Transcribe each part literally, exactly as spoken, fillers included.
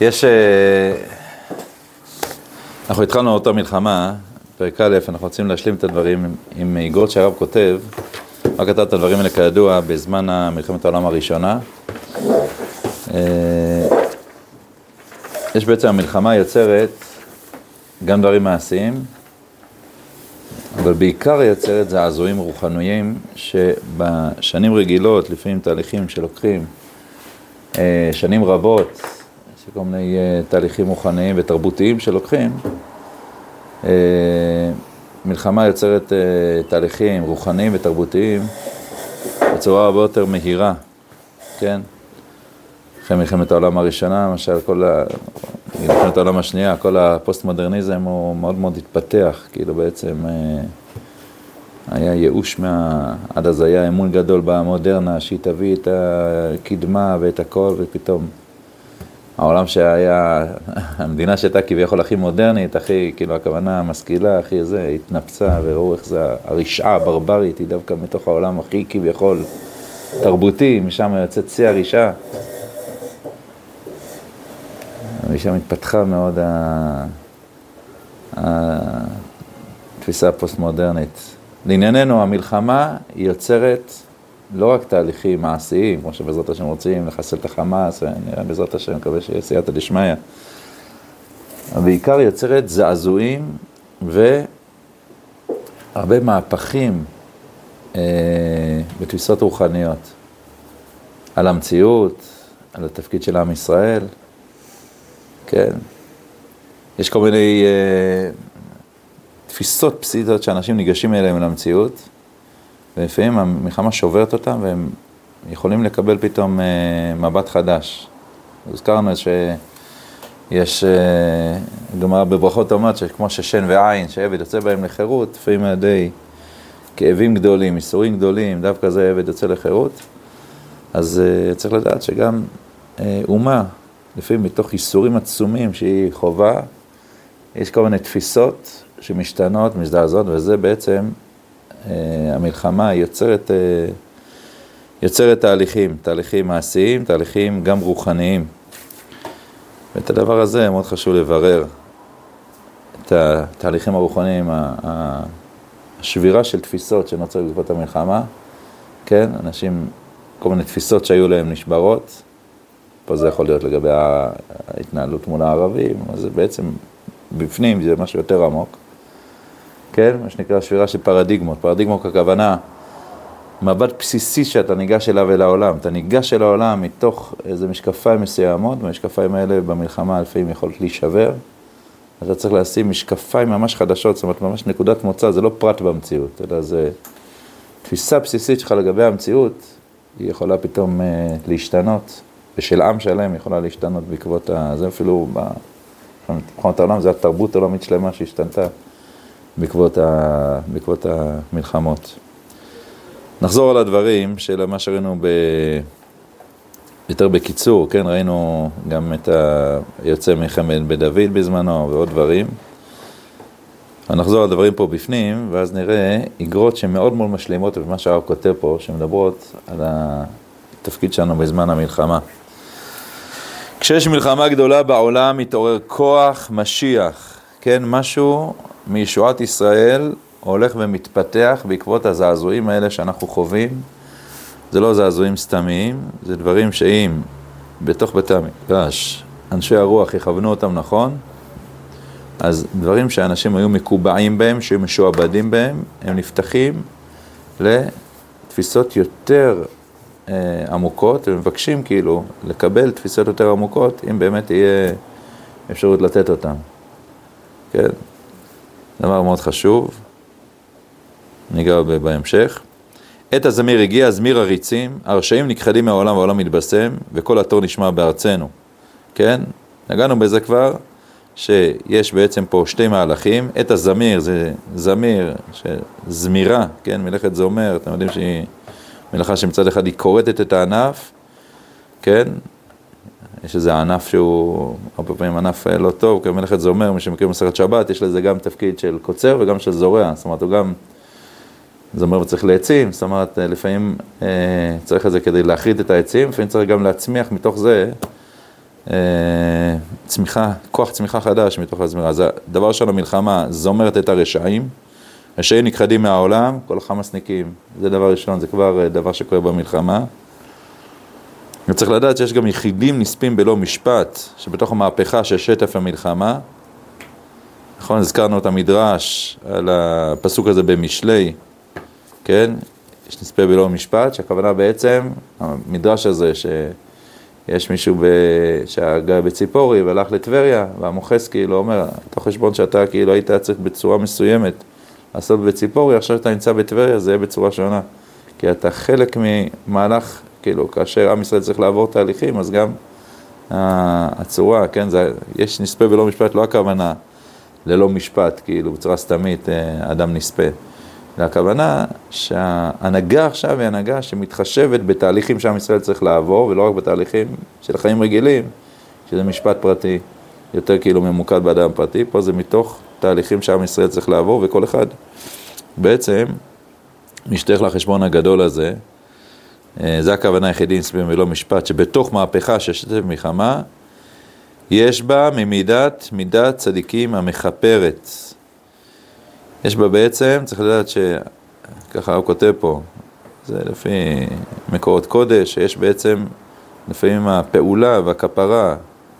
יש, אנחנו התחלנו אותה מלחמה, פרק א', אנחנו רוצים להשלים את הדברים עם איגרות שהרב כותב, רק כתב את הדברים האלה כידוע בזמן מלחמת העולם הראשונה. יש בעצם המלחמה יוצרת גם דברים מעשיים, אבל בעיקר יוצרת זעזועים רוחניים שבשנים רגילות, לפעמים תהליכים שלוקחים שנים רבות, שכל מיני תהליכים רוחניים ותרבותיים שלוקחים, מלחמה יוצרת תהליכים רוחניים ותרבותיים בצורה הרבה יותר מהירה, כן? אחרי מלחמת העולם הראשונה, למשל, כל ה... מלחמת העולם השנייה, כל הפוסט-מודרניזם הוא מאוד מאוד התפתח, כאילו בעצם היה ייאוש מה... עד אז היה אמון גדול במודרנה, שהיא תביא את הקדמה ואת הכל, ופתאום העולם שהיה, המדינה שהייתה כביכול הכי מודרנית, הכי, כאילו הכוונה המשכילה, הכי זה, התנפצה, וראו איך זה, הרשעה הברברית היא דווקא מתוך העולם הכי כביכול תרבותי, משם יוצאת שיא הרשעה. משם התפתחה מאוד התפיסה הפוסט-מודרנית. לענייננו, המלחמה היא יוצרת לא רק תהליכים מעשיים, כמו שבעזרת השם רוצים לחסל את החמאס, נראה בעזרת השם, מקווה שיהיה סייעתא דשמיא. בעיקר יוצרת זעזועים והרבה מהפכים אה, בתפיסות רוחניות. על המציאות, על התפקיד של עם ישראל. כן. יש כל מיני אה, תפיסות בסיסיות שאנשים ניגשים אליהם למציאות, ולפעמים המלחמה שוברת אותם, והם יכולים לקבל פתאום אה, מבט חדש. הזכרנו שיש אה, גמרא בברכות אומרת, שכמו ששן ועין, שעבד יוצא בהם לחירות, לפעמים על ידי כאבים גדולים, איסורים גדולים, דווקא זה עבד יוצא לחירות. אז אה, צריך לדעת שגם אה, אומה, לפעמים מתוך איסורים עצומים שהיא חובה, יש כל מיני תפיסות שמשתנות, מזדעזעות, וזה בעצם המלחמה יוצרת, יוצרת תהליכים, תהליכים מעשיים, תהליכים גם רוחניים. ואת הדבר הזה מאוד חשוב לברר, את התהליכים הרוחניים, השבירה של תפיסות שנוצרת בעקבות המלחמה, כן, אנשים, כל מיני תפיסות שהיו להם נשברות, פה זה יכול להיות לגבי ההתנהלות מול הערבים, אז זה בעצם בפנים, זה משהו יותר עמוק. כן, מה שנקרא שבירה של פרדיגמות. פרדיגמות הכוונה, מבט בסיסי שאתה ניגש אליו אל העולם. אתה ניגש אל העולם מתוך איזה משקפיים מסוימות, והמשקפיים האלה במלחמה לפעמים יכולות להישבר. אתה צריך לשים משקפיים ממש חדשות, זאת אומרת ממש נקודת מוצא, זה לא פרט במציאות, אלא זה תפיסה בסיסית שלך לגבי המציאות, היא יכולה פתאום uh, להשתנות, ושל עם שלם יכולה להשתנות בעקבות ה... זה אפילו, במלחמת העולם, זה התרבות העולמית שלמה שהשתנתה. בעקבות, ה... בעקבות המלחמות. נחזור על הדברים של מה שראינו ב... יותר בקיצור, כן, ראינו גם את היוצא מלחמת בדוד בזמנו ועוד דברים. נחזור על הדברים פה בפנים, ואז נראה איגרות שמאוד מאוד משלימות במה שהרב כותב פה, שמדברות על התפקיד שלנו בזמן המלחמה. כשיש מלחמה גדולה בעולם, מתעורר כוח משיח, כן, משהו מישועת ישראל הולך ומתפתח בעקבות הזעזועים האלה שאנחנו חווים. זה לא זעזועים סתמיים, זה דברים שאם בתוך בתי המקדש אנשי הרוח יכוונו אותם נכון, אז דברים שאנשים היו מקובעים בהם, שהם משועבדים בהם, הם נפתחים לתפיסות יותר אה, עמוקות, ומבקשים כאילו לקבל תפיסות יותר עמוקות, אם באמת תהיה אפשרות לתת אותם. כן? דבר מאוד חשוב, ניגע בהמשך. עת הזמיר הגיע, זמיר הריצים, הרשעים נכחדים מהעולם והעולם מתבשם, וכל התור נשמע בארצנו. כן? נגענו בזה כבר, שיש בעצם פה שתי מהלכים. עת הזמיר זה זמיר, זמירה, כן? מלאכת זומר, אתם יודעים שהיא מלאכה שמצד אחד היא קורטת את הענף, כן? יש איזה ענף שהוא, הרבה פעמים ענף לא טוב, כמלאכת זומר, מי שמכיר מסכת שבת, יש לזה גם תפקיד של קוצר וגם של זורע, זאת אומרת, הוא גם זומר וצריך לעצים, זאת אומרת, לפעמים אה, צריך את זה כדי להחריד את העצים, לפעמים צריך גם להצמיח מתוך זה צמיחה, כוח צמיחה חדש מתוך הזמירה. אז הדבר של המלחמה זומרת את הרשעים, רשעים נכחדים מהעולם, כל החמאסניקים, זה דבר ראשון, זה כבר דבר שקורה במלחמה. וצריך לדעת שיש גם יחידים נספים בלא משפט, שבתוך המהפכה של שטף המלחמה, נכון, הזכרנו את המדרש על הפסוק הזה במשלי, כן? יש נספה בלא משפט, שהכוונה בעצם, המדרש הזה שיש מישהו ב... שהגע בציפורי והלך לטבריה, והמוחס כאילו אומר, אתה חשבון שאתה כאילו היית צריך בצורה מסוימת לעשות בציפורי, עכשיו אתה נמצא בטבריה, זה יהיה בצורה שונה. כי אתה חלק ממהלך, כאילו, כאשר עם ישראל צריך לעבור תהליכים, אז גם הצורה, כן, זה, יש נספה בלא משפט, לא הכוונה ללא משפט, כאילו, בצורה סתמית, אדם נספה. והכוונה שההנהגה עכשיו היא הנהגה שמתחשבת בתהליכים שעם ישראל צריך לעבור, ולא רק בתהליכים של חיים רגילים, שזה משפט פרטי, יותר כאילו ממוקד באדם פרטי, פה זה מתוך תהליכים שעם ישראל צריך לעבור, וכל אחד בעצם משתייך לחשבון הגדול הזה. זה הכוונה היחידי נספים ולא משפט, שבתוך מהפכה של שטף מלחמה, יש בה ממידת מידת צדיקים המחפרת. יש בה בעצם, צריך לדעת שככה הוא כותב פה, זה לפי מקורות קודש, שיש בעצם לפעמים הפעולה והכפרה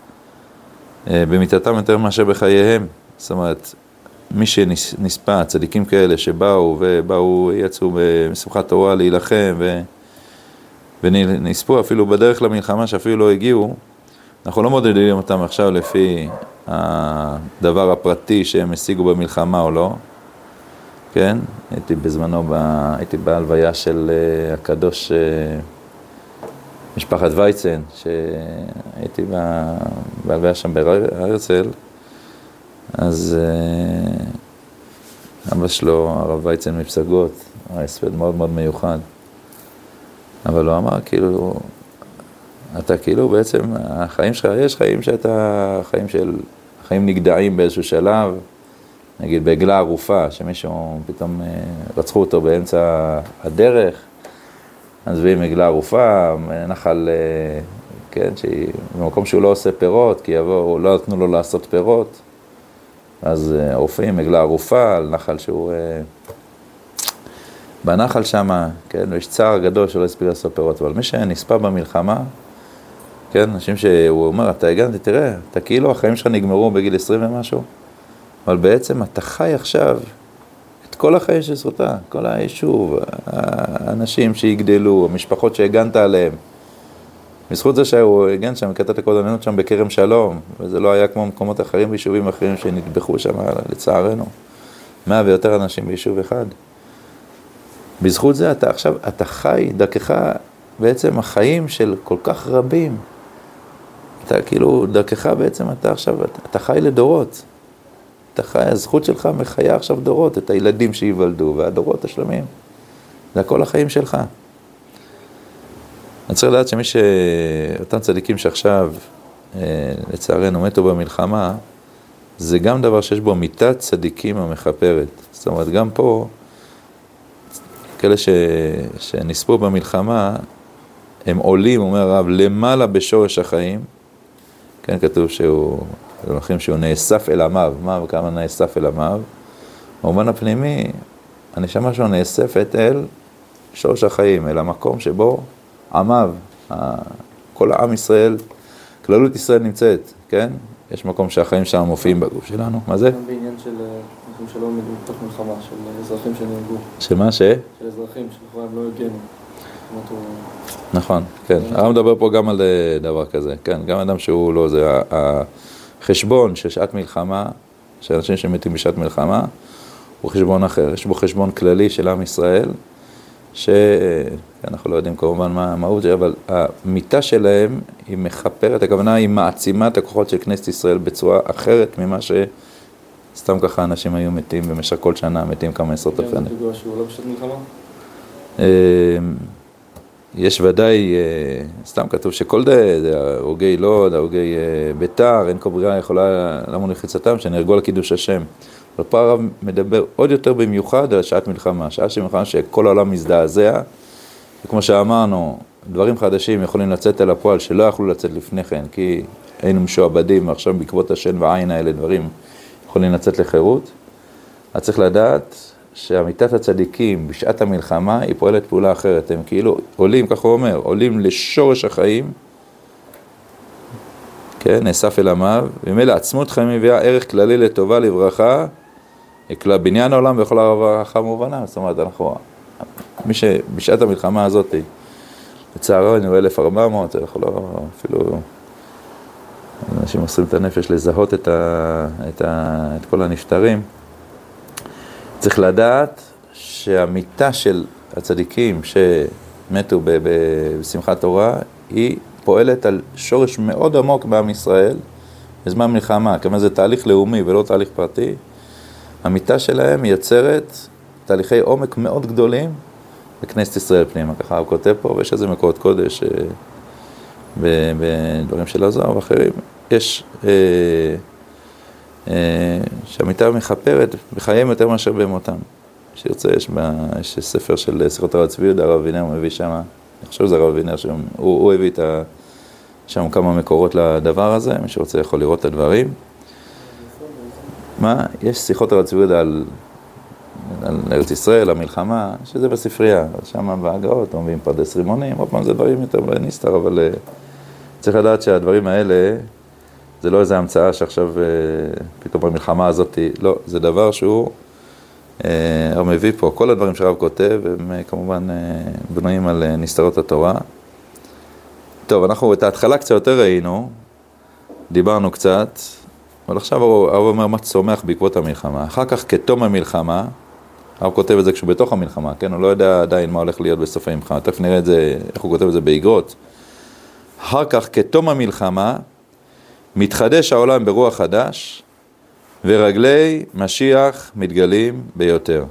במיתתם יותר מאשר בחייהם. זאת אומרת, מי שנספה, צדיקים כאלה שבאו ובאו, יצאו בשמחת תורה להילחם ו... ונספו אפילו בדרך למלחמה שאפילו לא הגיעו, אנחנו לא מודדים אותם עכשיו לפי הדבר הפרטי שהם השיגו במלחמה או לא. כן? הייתי בזמנו, ב... הייתי בהלוויה של הקדוש משפחת וייצן, שהייתי בה... בהלוויה שם בהרצל, אז אבא שלו, הרב וייצן מפסגות, היה הספד מאוד מאוד מיוחד. אבל הוא אמר, כאילו, אתה כאילו בעצם, החיים שלך, יש חיים שאתה, חיים של, חיים נגדעים באיזשהו שלב, נגיד בעגלה ערופה, שמישהו פתאום רצחו אותו באמצע הדרך, אז ואם עגלה ערופה, נחל, כן, שהיא, במקום שהוא לא עושה פירות, כי יבוא, לא נתנו לו לעשות פירות, אז עורפים עגלה ערופה על נחל שהוא... בנחל שמה, כן, ויש צער גדול שלא הספיק לעשות פירות, אבל מי שנספה במלחמה, כן, אנשים שהוא אומר, אתה הגנת, תראה, אתה כאילו החיים שלך נגמרו בגיל עשרים ומשהו, אבל בעצם אתה חי עכשיו את כל החיים של זכותה, כל היישוב, האנשים שיגדלו, המשפחות שהגנת עליהם, בזכות זה שהוא הגן שם, כתת הקודננות שם בכרם שלום, וזה לא היה כמו מקומות אחרים ביישובים אחרים שנטבחו שם, לצערנו, מאה ויותר אנשים ביישוב אחד. בזכות זה אתה עכשיו, אתה חי, דרכך, בעצם החיים של כל כך רבים, אתה כאילו, דרכך בעצם אתה עכשיו, אתה, אתה חי לדורות, אתה חי, הזכות שלך מחיה עכשיו דורות, את הילדים שיוולדו, והדורות השלמים, זה הכל החיים שלך. אני צריך לדעת שמי ש... אותם צדיקים שעכשיו, לצערנו, מתו במלחמה, זה גם דבר שיש בו מיתת צדיקים המחפרת. זאת אומרת, גם פה, כאלה ש... שנספו במלחמה, הם עולים, אומר הרב, למעלה בשורש החיים. כן, כתוב שהוא, הולכים שהוא נאסף אל עמיו. מה וכמה נאסף אל עמיו? במובן הפנימי, הנשמה שלו נאספת אל שורש החיים, אל המקום שבו עמיו, כל העם ישראל, כללות ישראל נמצאת, כן? יש מקום שהחיים שם מופיעים בגוף שלנו. מה זה? גם בעניין של אנשים שלא עומדים בתוך מלחמה, של אזרחים שנהרגו. של מה ש? של אזרחים שלכאורה הם לא הגנו. נכון, כן. הרב מדבר פה גם על דבר כזה, כן, גם אדם שהוא לא, זה החשבון של שעת מלחמה, של אנשים שמתים בשעת מלחמה, הוא חשבון אחר. יש בו חשבון כללי של עם ישראל, שאנחנו לא יודעים כמובן מה המהות, אבל המיטה שלהם היא מחפרת, הכוונה היא מעצימה את הכוחות של כנסת ישראל בצורה אחרת ממה שסתם ככה אנשים היו מתים במשך כל שנה, מתים כמה עשרות אלפי. זה פיגוע שהוא לא בשעת מלחמה? יש ודאי, סתם כתוב שכל זה, הרוגי לוד, הרוגי ביתר, אין כל ברירה יכולה למון לחיצתם, שנהרגו על קידוש השם. אבל פה הרב מדבר עוד יותר במיוחד על שעת מלחמה, שעת של מלחמה שכל העולם מזדעזע, וכמו שאמרנו, דברים חדשים יכולים לצאת אל הפועל שלא יכלו לצאת לפני כן, כי היינו משועבדים, ועכשיו בעקבות השן והעין האלה דברים יכולים לצאת לחירות. אז צריך לדעת שאמיתת הצדיקים בשעת המלחמה היא פועלת פעולה אחרת. הם כאילו עולים, כך הוא אומר, עולים לשורש החיים, כן, נאסף אל עמיו, וממילא עצמות חיים מביאה ערך כללי לטובה, לברכה, כלל בניין העולם וכל הרווחה מובנה. זאת אומרת, אנחנו, מי שבשעת המלחמה הזאת, לצערנו אלף וארבע מאות, אנחנו לא, אפילו, אנשים מוסרים את הנפש לזהות את, ה, את, ה, את כל הנפטרים. צריך לדעת שהמיטה של הצדיקים שמתו ב, ב, בשמחת תורה, היא פועלת על שורש מאוד עמוק בעם ישראל, בזמן מלחמה, כמה זה תהליך לאומי ולא תהליך פרטי. המיטה שלהם מייצרת תהליכי עומק מאוד גדולים בכנסת ישראל פנימה, ככה הוא כותב פה, ויש איזה מקורות קודש בדברים של הזוהר ואחרים. יש אה, אה, שהמיטה מחפרת בחיים יותר מאשר במותם. שירצה, יש, בה, יש ספר של שיחות הרב צבי יהודה, הרב אבינר, הוא מביא שם, אני חושב שזה הרב אבינר, הוא, הוא הביא את ה, שם כמה מקורות לדבר הזה, מי שרוצה יכול לראות את הדברים. מה? יש שיחות הרב צבי יהודה על, על ארץ ישראל, המלחמה, שזה בספרייה, שם בהגאות, אומרים פרדס רימונים, עוד פעם זה דברים יותר נסתר, אבל uh, צריך לדעת שהדברים האלה, זה לא איזו המצאה שעכשיו uh, פתאום המלחמה הזאת, לא, זה דבר שהוא uh, הרב מביא פה, כל הדברים שהרב כותב, הם uh, כמובן uh, בנויים על uh, נסתרות התורה. טוב, אנחנו את ההתחלה קצת יותר ראינו, דיברנו קצת, אבל עכשיו הרב אומר מה צומח בעקבות המלחמה. אחר כך כתום המלחמה, הרב כותב את זה כשהוא בתוך המלחמה, כן? הוא לא יודע עדיין מה הולך להיות בסוף המלחמה. תכף נראה את זה, איך הוא כותב את זה באגרות. אחר כך כתום המלחמה, מתחדש העולם ברוח חדש, ורגלי משיח מתגלים ביותר.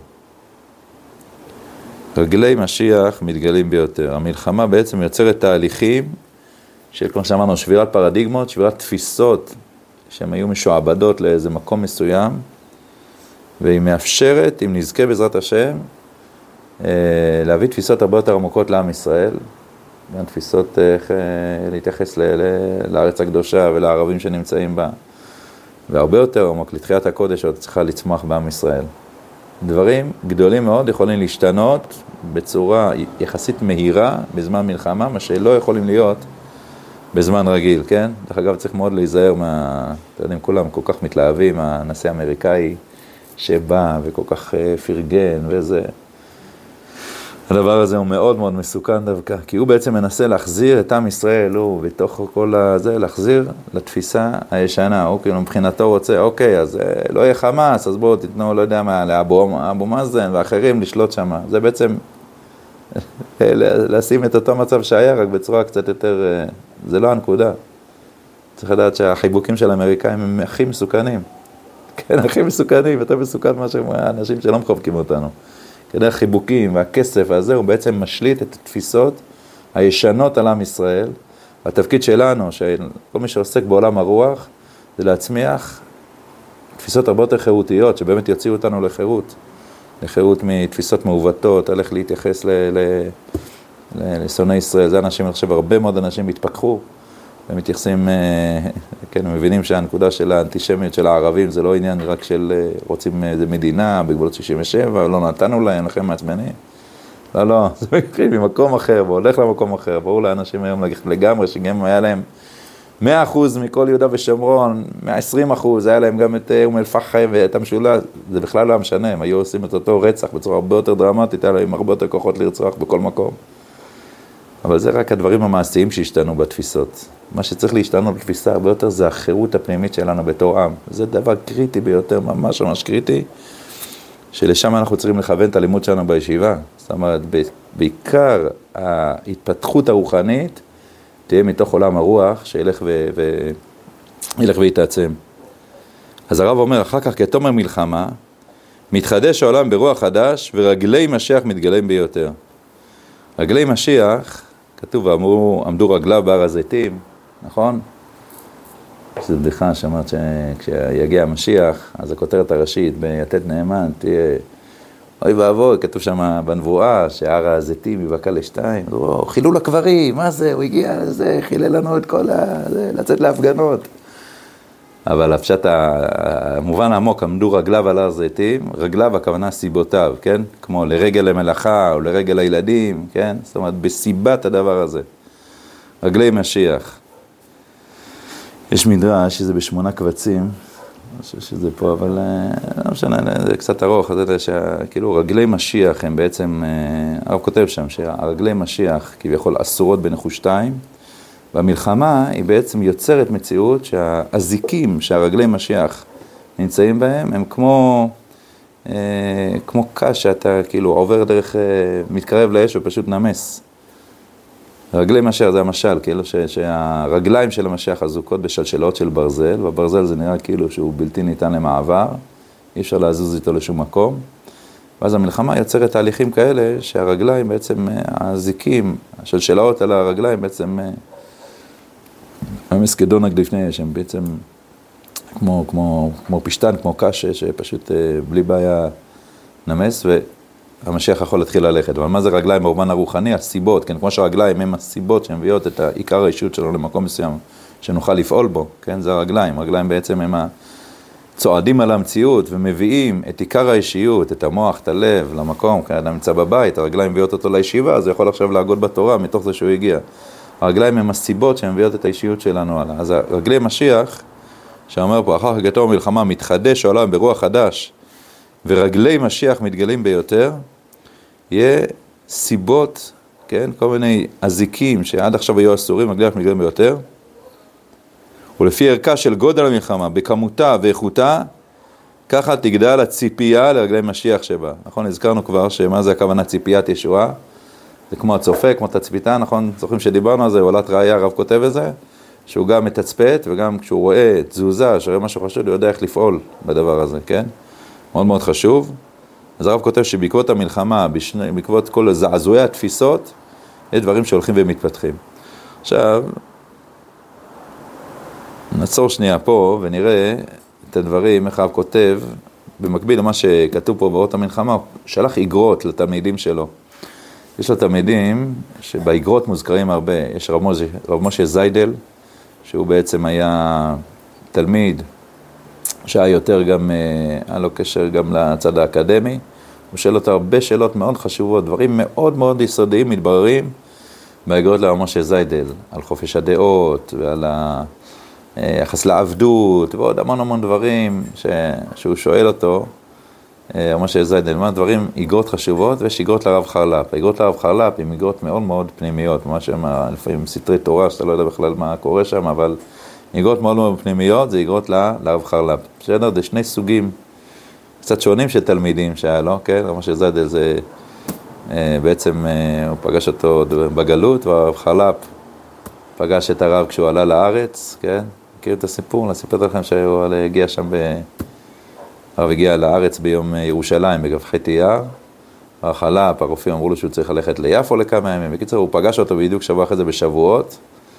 רגלי משיח מתגלים ביותר. המלחמה בעצם יוצרת תהליכים של, כמו שאמרנו, שבירת פרדיגמות, שבירת תפיסות, שהן היו משועבדות לאיזה מקום מסוים, והיא מאפשרת, אם נזכה בעזרת השם, להביא תפיסות הרבה יותר עמוקות לעם ישראל, גם תפיסות איך להתייחס ל- ל- לארץ הקדושה ולערבים שנמצאים בה, והרבה יותר עמוק לתחיית הקודש שעוד צריכה לצמוח בעם ישראל. דברים גדולים מאוד יכולים להשתנות בצורה יחסית מהירה בזמן מלחמה, מה שלא יכולים להיות בזמן רגיל, כן? דרך אגב, צריך מאוד להיזהר מה... אתם יודעים, כולם כל כך מתלהבים, הנשיא האמריקאי שבא וכל כך פרגן וזה. הדבר הזה הוא מאוד מאוד מסוכן דווקא, כי הוא בעצם מנסה להחזיר את עם ישראל, הוא בתוך כל הזה, להחזיר לתפיסה הישנה. הוא כאילו מבחינתו רוצה, אוקיי, אז לא יהיה חמאס, אז בואו תתנו, לא יודע מה, לאבו אבו מאזן ואחרים לשלוט שם. זה בעצם לשים את אותו מצב שהיה, רק בצורה קצת יותר, זה לא הנקודה. צריך לדעת שהחיבוקים של האמריקאים הם הכי מסוכנים. כן, הכי מסוכנים, יותר מסוכן מאשר האנשים שלא מחבקים אותנו. כדי החיבוקים והכסף הזה, הוא בעצם משליט את התפיסות הישנות על עם ישראל. התפקיד שלנו, שכל מי שעוסק בעולם הרוח, זה להצמיח תפיסות הרבה יותר חירותיות, שבאמת יוציאו אותנו לחירות. לחירות מתפיסות מעוותות, על איך להתייחס לשונאי ישראל. זה אנשים, אני חושב, הרבה מאוד אנשים התפכחו, הם מתייחסים, כן, הם מבינים שהנקודה של האנטישמיות של הערבים, זה לא עניין רק של רוצים איזה מדינה בגבולות שישים ושבע, לא נתנו להם, לכם מעצבנים. לא, לא, זה מתחיל ממקום אחר, והולך למקום אחר. ברור לאנשים היום לגמרי, שגם היה להם מאה אחוז מכל יהודה ושומרון, מאה ועשרים אחוז, היה להם גם את אום אל-פחם ואת המשולש, זה בכלל לא משנה, הם היו עושים את אותו רצח בצורה הרבה יותר דרמטית, היה להם הרבה יותר כוחות לרצוח בכל מקום. אבל זה רק הדברים המעשיים שהשתנו בתפיסות. מה שצריך להשתנות בתפיסה הרבה יותר זה החירות הפנימית שלנו בתור עם. זה דבר קריטי ביותר, ממש ממש קריטי, שלשם אנחנו צריכים לכוון את הלימוד שלנו בישיבה. זאת אומרת, בעיקר ההתפתחות הרוחנית תהיה מתוך עולם הרוח, שילך ו... ו... ילך ויתעצם. אז הרב אומר, אחר כך כתום המלחמה, מתחדש העולם ברוח חדש, ורגלי משיח מתגלים ביותר. רגלי משיח, כתוב, אמרו, עמדו רגליו בהר הזיתים, נכון? זו בדיחה שאומרת שכשיגיע המשיח, אז הכותרת הראשית ביתד נאמן תהיה, אוי ואבוי, כתוב שם בנבואה, שהר הזיתים יבקע לשתיים, חילול הקברים, מה זה, הוא הגיע לזה, חילל לנו את כל ה... לצאת להפגנות. אבל הפשט המובן העמוק, עמדו רגליו על הר זיתים, רגליו הכוונה סיבותיו, כן? כמו לרגל למלאכה או לרגל הילדים, כן? זאת אומרת, בסיבת הדבר הזה. רגלי משיח. יש מדרש שזה בשמונה קבצים, אני חושב שזה פה, אבל לא משנה, זה קצת ארוך, אז זה שכאילו רגלי משיח הם בעצם, הרב כותב שם שהרגלי משיח כביכול אסורות בנחושתיים, והמלחמה היא בעצם יוצרת מציאות שהאזיקים שהרגלי משיח נמצאים בהם הם כמו, כמו קש שאתה כאילו עובר דרך, מתקרב לאש ופשוט נמס. רגלי משיח זה המשל, כאילו ש, שהרגליים של המשיח אזוקות בשלשלות של ברזל, והברזל זה נראה כאילו שהוא בלתי ניתן למעבר, אי אפשר להזוז איתו לשום מקום, ואז המלחמה יוצרת תהליכים כאלה שהרגליים בעצם, הזיקים, השלשלות על הרגליים בעצם, הם כדון הגדפני, שהם בעצם כמו, כמו, כמו פשטן, כמו קש, שפשוט בלי בעיה נמס, ו... המשיח יכול להתחיל ללכת, אבל מה זה רגליים במובן הרוחני? הסיבות, כן, כמו שהרגליים הם הסיבות שמביאות את העיקר האישיות שלנו למקום מסוים, שנוכל לפעול בו, כן, זה הרגליים, הרגליים בעצם הם הצועדים על המציאות ומביאים את עיקר האישיות, את המוח, את הלב, למקום, כי האדם נמצא בבית, הרגליים מביאות אותו לישיבה, אז הוא יכול עכשיו לעגוד בתורה מתוך זה שהוא הגיע. הרגליים הם הסיבות שמביאות את האישיות שלנו עליה. אז הרגלי משיח, שאומר פה, אחר חגתו המלחמה מתחדש העולם ברוח חדש, ורגלי משיח מתגלים ביותר, יהיה סיבות, כן, כל מיני אזיקים שעד עכשיו היו אסורים, רגלי מתגלים ביותר, ולפי ערכה של גודל המלחמה, בכמותה ואיכותה, ככה תגדל הציפייה לרגלי משיח שבה. נכון, הזכרנו כבר שמה זה הכוונה ציפיית ישועה, זה כמו הצופה, כמו תצפיתה, נכון, זוכרים שדיברנו על זה, עולת ראיה, הרב כותב את זה, שהוא גם מתצפת, וגם כשהוא רואה תזוזה, שרואה משהו חשוב, הוא יודע איך לפעול בדבר הזה, כן? מאוד מאוד חשוב. אז הרב כותב שבעקבות המלחמה, בשני, בעקבות כל זעזועי התפיסות, יש דברים שהולכים ומתפתחים. עכשיו, נעצור שנייה פה ונראה את הדברים, איך הרב כותב, במקביל למה שכתוב פה באות המלחמה, הוא שלח איגרות לתלמידים שלו. יש לו תלמידים שבאיגרות מוזכרים הרבה. יש רב משה, רב משה זיידל, שהוא בעצם היה תלמיד, שהיה יותר גם, היה לו קשר גם לצד האקדמי. הוא שואל אותו הרבה שאלות מאוד חשובות, דברים מאוד מאוד יסודיים מתבררים באיגרות לרב משה זיידל, על חופש הדעות ועל היחס לעבדות ועוד המון המון דברים ש... שהוא שואל אותו, רב משה זיידל, מה דברים, איגרות חשובות, ויש איגרות לרב חרל"פ. האיגרות לרב חרל"פ הן איגרות מאוד מאוד פנימיות, ממש הם לפעמים סתרי תורה, שאתה לא יודע בכלל מה קורה שם, אבל איגרות מאוד מאוד פנימיות, זה איגרות לרב חרל"פ. בסדר, זה שני סוגים קצת שונים של תלמידים שהיה לו, כן? רב משה זיידל זה, בעצם הוא פגש אותו בגלות, והרב חרל"פ פגש את הרב כשהוא עלה לארץ, כן? מכיר את הסיפור? אני אספר לכם שהוא הגיע שם ב... הרב הגיע לארץ ביום ירושלים, בכ"ח אייר, הרב חרל"פ, הרופאים אמרו לו שהוא צריך ללכת ליפו לכמה ימים. בקיצור, הוא פגש אותו בדיוק שבוע אחרי זה בשבועות,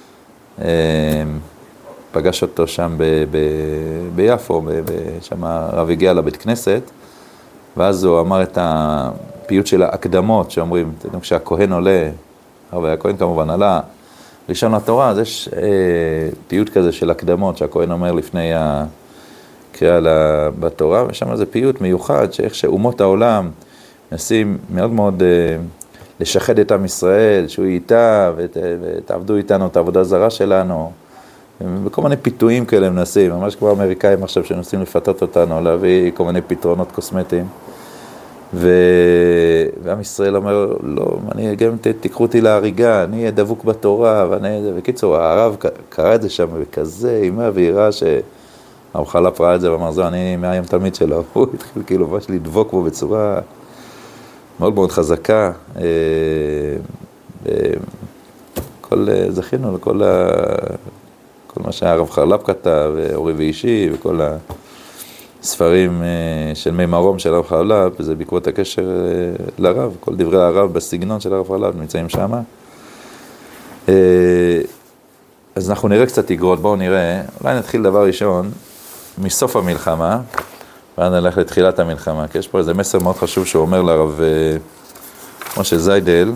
פגש אותו שם ב- ב- ביפו, ב- ב- שם הרב הגיע לבית כנסת, ואז הוא אמר את הפיוט של ההקדמות, שאומרים, אתם יודעים, כשהכהן עולה, הרב היה כהן כמובן עלה, ראשון לתורה, אז יש אה, פיוט כזה של הקדמות, שהכהן אומר לפני הקריאה בתורה, ושם זה פיוט מיוחד, שאיך שאומות העולם מנסים מאוד מאוד אה, לשחד את עם ישראל, שהוא איתה, ות, ותעבדו איתנו את העבודה הזרה שלנו, וכל מיני פיתויים כאלה מנסים, ממש כמו האמריקאים עכשיו שנוסעים לפתות אותנו, להביא כל מיני פתרונות קוסמטיים. ו... ועם ישראל אומר, לא, אני גם תיקחו אותי להריגה, אני אהיה דבוק בתורה, ואני... בקיצור, הרב קרא את זה שם בכזה אימה ויראה שהרב חרל"פ ראה את זה ואמר, זו, אני מהיום תלמיד שלו, הוא התחיל כאילו ממש לדבוק בו בצורה מאוד מאוד חזקה. כל, זכינו לכל ה... כל מה שהרב חרל"פ כתב, אורי ואישי, וכל הספרים של מי מרום של הרב חרל"פ, זה בעקבות הקשר לרב, כל דברי הרב בסגנון של הרב חרל"פ נמצאים שם. אז אנחנו נראה קצת איגרות, בואו נראה, אולי נתחיל דבר ראשון, מסוף המלחמה, ואז נלך לתחילת המלחמה, כי יש פה איזה מסר מאוד חשוב שהוא אומר לרב משה זיידל,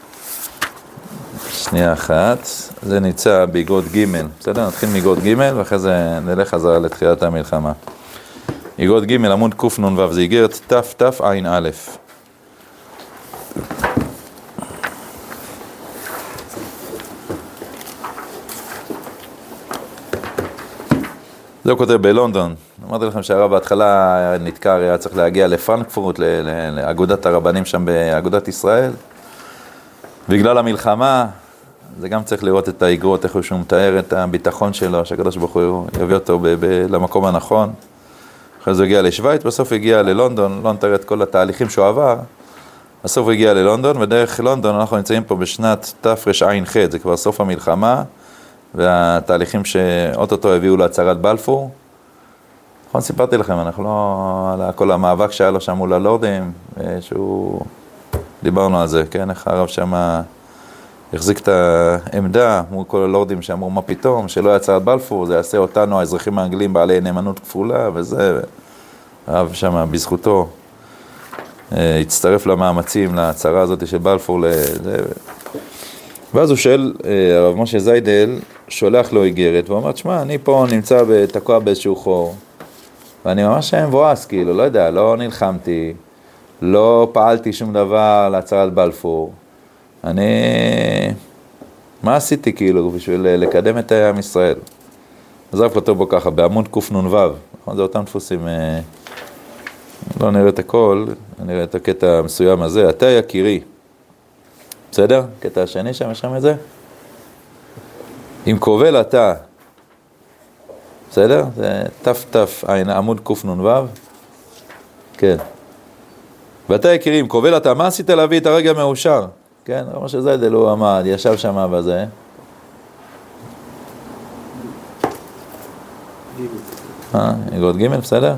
שנייה אחת, זה נמצא באגרות ג', בסדר? נתחיל מאגרות ג' ואחרי זה נלך חזרה לתחילת המלחמה. אגרות ג' עמוד קנ"ו, זה איגרת תתע"א. זה הוא כותב בלונדון. אמרתי לכם שהרב בהתחלה נתקע, היה צריך להגיע לפרנקפורט, לאגודת הרבנים שם באגודת ישראל. בגלל המלחמה, זה גם צריך לראות את האגרות, איך שהוא מתאר את הביטחון שלו, שהקדוש ברוך הוא יביא אותו ב- ב- למקום הנכון. אחרי זה הוא הגיע לשוויץ, בסוף הגיע ללונדון, לא נתאר את כל התהליכים שהוא עבר. בסוף הוא הגיע ללונדון, ודרך לונדון אנחנו נמצאים פה בשנת תרע"ח, זה כבר סוף המלחמה, והתהליכים שאוטוטו הביאו להצהרת בלפור. נכון, סיפרתי לכם, אנחנו לא, על כל המאבק שהיה לו שם מול הלורדים, שהוא, דיברנו על זה, כן, איך הרב שם החזיק את העמדה מול כל הלורדים שאמרו מה פתאום, שלא היה הצהרת בלפור, זה יעשה אותנו, האזרחים האנגלים, בעלי נאמנות כפולה, וזה, הרב שם בזכותו הצטרף למאמצים, להצהרה הזאת של בלפור, לזה. ואז הוא שואל, הרב משה זיידל, שולח לו איגרת, והוא אומר, תשמע, אני פה נמצא בתקוע באיזשהו חור, ואני ממש מבואס, כאילו, לא יודע, לא נלחמתי, לא פעלתי שום דבר להצהרת בלפור. אני, מה עשיתי כאילו בשביל לקדם את עם ישראל? אז הרב כותב בו ככה, בעמוד קנ"ו, נכון? זה אותם דפוסים, לא נראה את הכל, נראה את הקטע המסוים הזה, אתה יקירי. בסדר? קטע השני שם, יש שם את זה? אם קובל אתה, בסדר? זה תתע"א, עמוד קנ"ו. כן. ואתה יקירי, אם קובל אתה, מה עשית להביא את הרגע מאושר? כן, רב משה זיידל הוא עמד, ישב שם בזה. אה, אגרות ג', בסדר?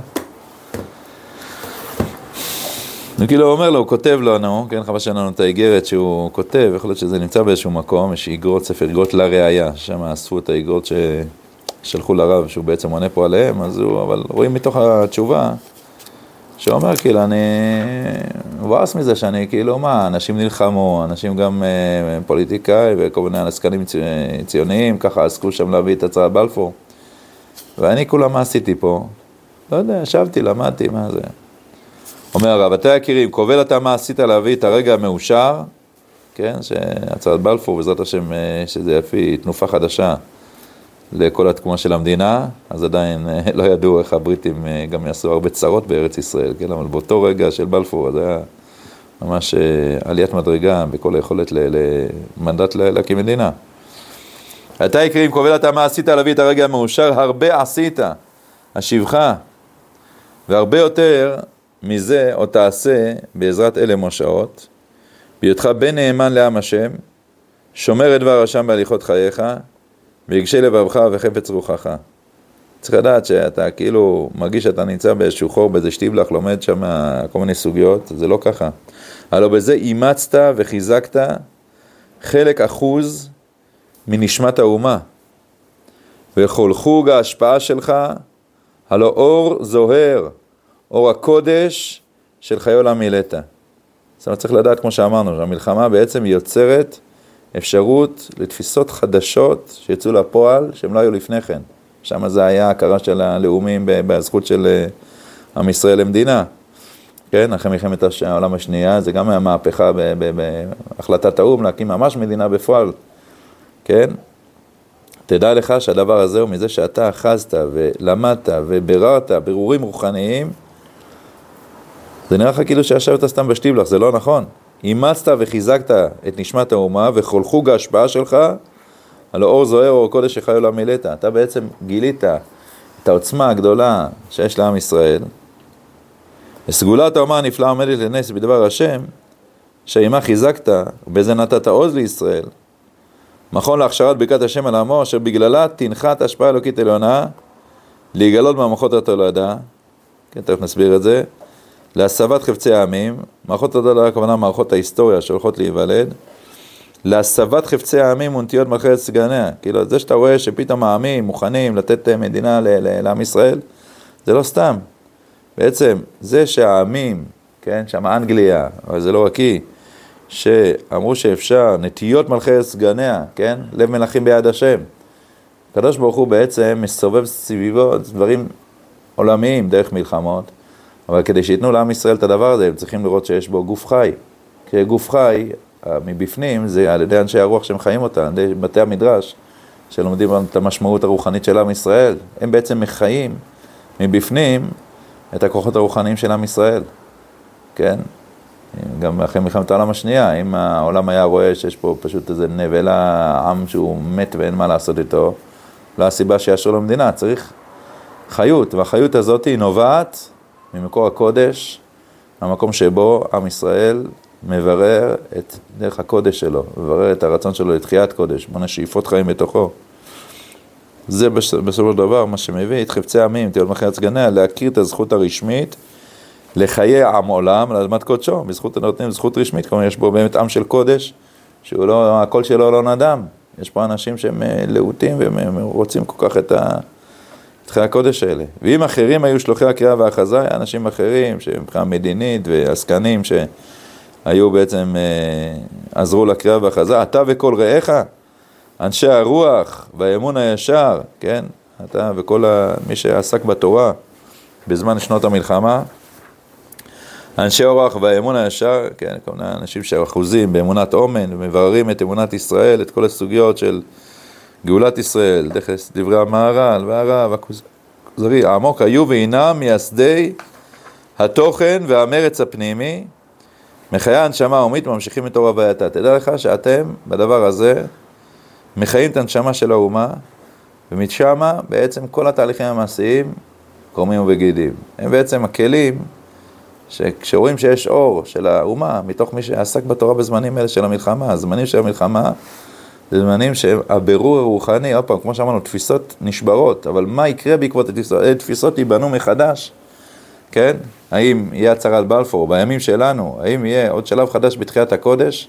הוא כאילו אומר לו, הוא כותב לו, נו, כן, חבל שלנו את האיגרת שהוא כותב, יכול להיות שזה נמצא באיזשהו מקום, יש איגרות, ספר איגרות לראיה, שם אספו את האיגרות ששלחו לרב, שהוא בעצם עונה פה עליהם, אז הוא, אבל רואים מתוך התשובה, שהוא אומר, כאילו, אני מבואס מזה שאני, כאילו, מה, אנשים נלחמו, אנשים גם אה, פוליטיקאי וכל מיני עסקנים ציוניים, ככה עסקו שם להביא את הצהרת בלפור, ואני כולה מה עשיתי פה? לא יודע, ישבתי, למדתי, מה זה? אומר הרב, אתה יקירים, קובל אתה מה עשית להביא את הרגע המאושר, כן, שהצהרת בלפור, בעזרת השם, שזה יפי תנופה חדשה לכל התקומה של המדינה, אז עדיין לא ידעו איך הבריטים גם יעשו הרבה צרות בארץ ישראל, כן, אבל באותו רגע של בלפור, זה היה ממש עליית מדרגה בכל היכולת למנדט להקים מדינה. אתה יקרים, קובל אתה מה עשית להביא את הרגע המאושר, הרבה עשית, השיבך, והרבה יותר מזה עוד תעשה בעזרת אלה מושעות, בהיותך בן נאמן לעם השם, שומר את דבר השם בהליכות חייך, ויגשי לבבך וחפץ רוחך. צריך לדעת שאתה כאילו מרגיש שאתה נמצא באיזשהו חור, באיזה שטיבלח, לומד שם כל מיני סוגיות, זה לא ככה. הלוא בזה אימצת וחיזקת חלק אחוז מנשמת האומה, וכל חוג ההשפעה שלך, הלוא אור זוהר, אור הקודש של חיי עולם מילאת. זאת אומרת, צריך לדעת, כמו שאמרנו, שהמלחמה בעצם יוצרת אפשרות לתפיסות חדשות שיצאו לפועל, שהם לא היו לפני כן. שם זה היה ההכרה של הלאומים בזכות של עם ישראל למדינה. כן, אחרי מלחמת העולם השנייה, זה גם היה מהפכה בהחלטת האום, להקים ממש מדינה בפועל. כן? תדע לך שהדבר הזה הוא מזה שאתה אחזת ולמדת ובררת ברורים רוחניים, זה נראה לך כאילו שישבת סתם בשטיבלח, זה לא נכון. אימצת וחיזקת את נשמת האומה וכל חוג ההשפעה שלך, על האור זוהר, אור קודש שחי עולם מילאת. אתה בעצם גילית את העוצמה הגדולה שיש לעם ישראל. וסגולת האומה הנפלאה עומדת לנס בדבר השם, שעימה חיזקת, ובזה נתת עוז לישראל. מכון להכשרת ברכת השם על עמו, אשר בגללה תנחת השפעה אלוקית עליונה, להיגלות מהמוחות התולדה, כן, תכף נסביר את זה, להסבת חפצי העמים, מערכות התולדה, הכוונה מערכות ההיסטוריה שהולכות להיוולד, להסבת חפצי העמים ונטיות מלכי סגניה, כאילו זה שאתה רואה שפתאום העמים מוכנים לתת מדינה לעם ישראל, זה לא סתם, בעצם זה שהעמים, כן, שם אנגליה, אבל זה לא רק היא, שאמרו שאפשר נטיות מלכי סגניה, כן, לב מלכים ביד השם. הקדוש ברוך הוא בעצם מסובב סביבו דברים עולמיים דרך מלחמות, אבל כדי שיתנו לעם ישראל את הדבר הזה, הם צריכים לראות שיש בו גוף חי. כי גוף חי, מבפנים, זה על ידי אנשי הרוח שהם חיים אותה, על ידי בתי המדרש, שלומדים את המשמעות הרוחנית של עם ישראל. הם בעצם מחיים מבפנים את הכוחות הרוחניים של עם ישראל. כן? גם אחרי מלחמת העולם השנייה, אם העולם היה רואה שיש פה פשוט איזה נבלה, עם שהוא מת ואין מה לעשות איתו, לא הסיבה שיאשרו למדינה, צריך חיות, והחיות הזאת היא נובעת ממקור הקודש, המקום שבו עם ישראל מברר את דרך הקודש שלו, מברר את הרצון שלו לתחיית קודש, מונה שאיפות חיים בתוכו. זה בסופו של דבר מה שמביא את חפצי העמים, תהיות מלכי סגניה, להכיר את הזכות הרשמית, לחיי עם עולם, לאדמת קודשו, בזכות הנותנים, זכות רשמית, כלומר יש בו באמת עם של קודש, שהוא לא, הקול שלו לא נדם. יש פה אנשים שהם להוטים והם רוצים כל כך את ה... את חיי הקודש האלה. ואם אחרים היו שלוחי הקריאה והאחזה, היה אנשים אחרים שמבחינה מדינית ועסקנים שהיו בעצם אה, עזרו לקריאה והאחזה, אתה וכל רעיך, אנשי הרוח והאמון הישר, כן? אתה וכל ה... מי שעסק בתורה בזמן שנות המלחמה, אנשי הרוח והאמון הישר, כן? כל מיני אנשים שאחוזים באמונת אומן ומבררים את אמונת ישראל, את כל הסוגיות של גאולת ישראל, דברי המהר"ל והרב, הכוזרי, העמוק, היו והינם מייסדי התוכן והמרץ הפנימי, מחיי הנשמה האומית ממשיכים את אור הווייתה. תדע לך שאתם בדבר הזה מחיים את הנשמה של האומה, ומשם בעצם כל התהליכים המעשיים קורמים ובגידים. הם בעצם הכלים שכשרואים שיש אור של האומה, מתוך מי שעסק בתורה בזמנים האלה של המלחמה, הזמנים של המלחמה, זה זמנים שהבירור הרוחני, עוד פעם, כמו שאמרנו, תפיסות נשברות, אבל מה יקרה בעקבות התפיסות? תפיסות ייבנו מחדש, כן? האם יהיה הצהרת בלפור בימים שלנו? האם יהיה עוד שלב חדש בתחיית הקודש?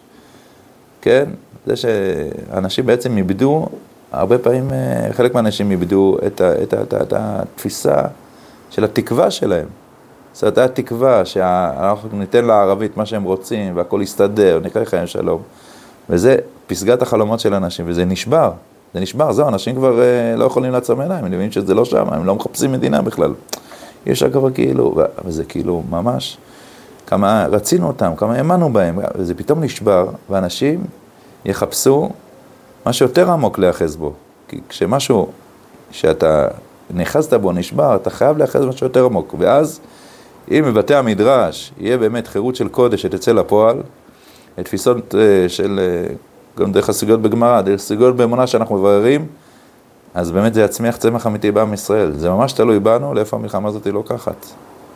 כן? זה שאנשים בעצם איבדו, הרבה פעמים חלק מהאנשים איבדו את, ה, את, ה, את, ה, את התפיסה של התקווה שלהם. זאת אומרת, התקווה שאנחנו ניתן לערבית מה שהם רוצים, והכל יסתדר, נקרא חיים שלום. וזה פסגת החלומות של אנשים, וזה נשבר. זה נשבר, זהו, אנשים כבר אה, לא יכולים לעצום עיניים, הם מבינים שזה לא שם, הם לא מחפשים מדינה בכלל. אי אפשר כבר כאילו, וזה כאילו ממש, כמה רצינו אותם, כמה האמנו בהם, וזה פתאום נשבר, ואנשים יחפשו משהו יותר עמוק להיאחז בו. כי כשמשהו שאתה נחזת בו נשבר, אתה חייב להיאחז משהו יותר עמוק. ואז, אם בבתי המדרש יהיה באמת חירות של קודש שתצא לפועל, תפיסות של, גם דרך הסוגיות בגמרא, דרך הסוגיות באמונה שאנחנו מבררים, אז באמת זה יצמיח צמח אמיתי בעם ישראל. זה ממש תלוי בנו, לאיפה המלחמה הזאת היא לוקחת.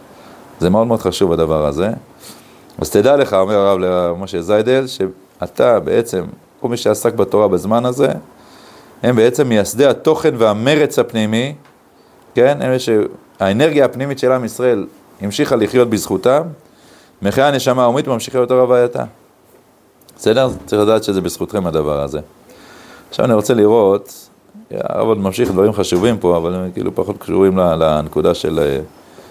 זה מאוד מאוד חשוב הדבר הזה. אז תדע לך, אומר הרב למשה זיידל, שאתה בעצם, כל מי שעסק בתורה בזמן הזה, הם בעצם מייסדי התוכן והמרץ הפנימי, כן? הם שהאנרגיה הפנימית של עם ישראל המשיכה לחיות בזכותם, מחיי הנשמה האומית ממשיכה יותר הווייתה. בסדר? צריך לדעת שזה בזכותכם הדבר הזה. עכשיו אני רוצה לראות, הרב עוד ממשיך דברים חשובים פה, אבל הם כאילו פחות קשורים לנקודה של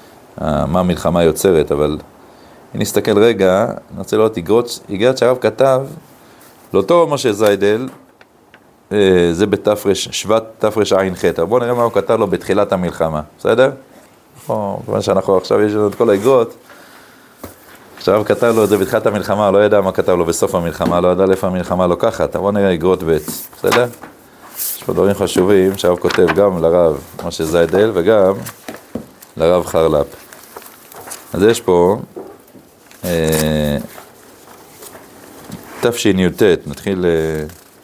מה המלחמה יוצרת, אבל אם נסתכל רגע, אני רוצה לראות איגרת שהרב כתב, לאותו משה זיידל, זה בתפרש, שבט תפרש עין חטא. בואו נראה מה הוא כתב לו בתחילת המלחמה, בסדר? כיוון שאנחנו עכשיו יש לנו את כל האיגרות, עכשיו כתב לו את זה בתחילת המלחמה, לא ידע מה כתב לו בסוף המלחמה, לא ידע לאיפה המלחמה לוקחת, בואו נראה איגרות ב', בסדר? יש פה דברים חשובים שהרב כותב גם לרב משה זיידל וגם לרב חרל"פ. אז יש פה אה, תשי"ט, נתחיל אה,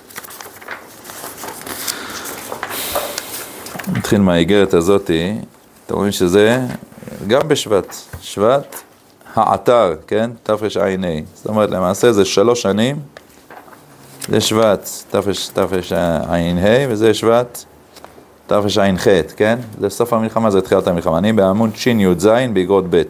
נתחיל מהאיגרת הזאת, אתם רואים שזה גם בשבט, שבט העתר, כן? תרע"ה. זאת אומרת, למעשה זה שלוש שנים, זה שבט תרע"ה, וזה שבט תרע"ח, כן? זה סוף המלחמה, זה תחילת המלחמה. אני בעמוד שי"ז באיגרות ב'.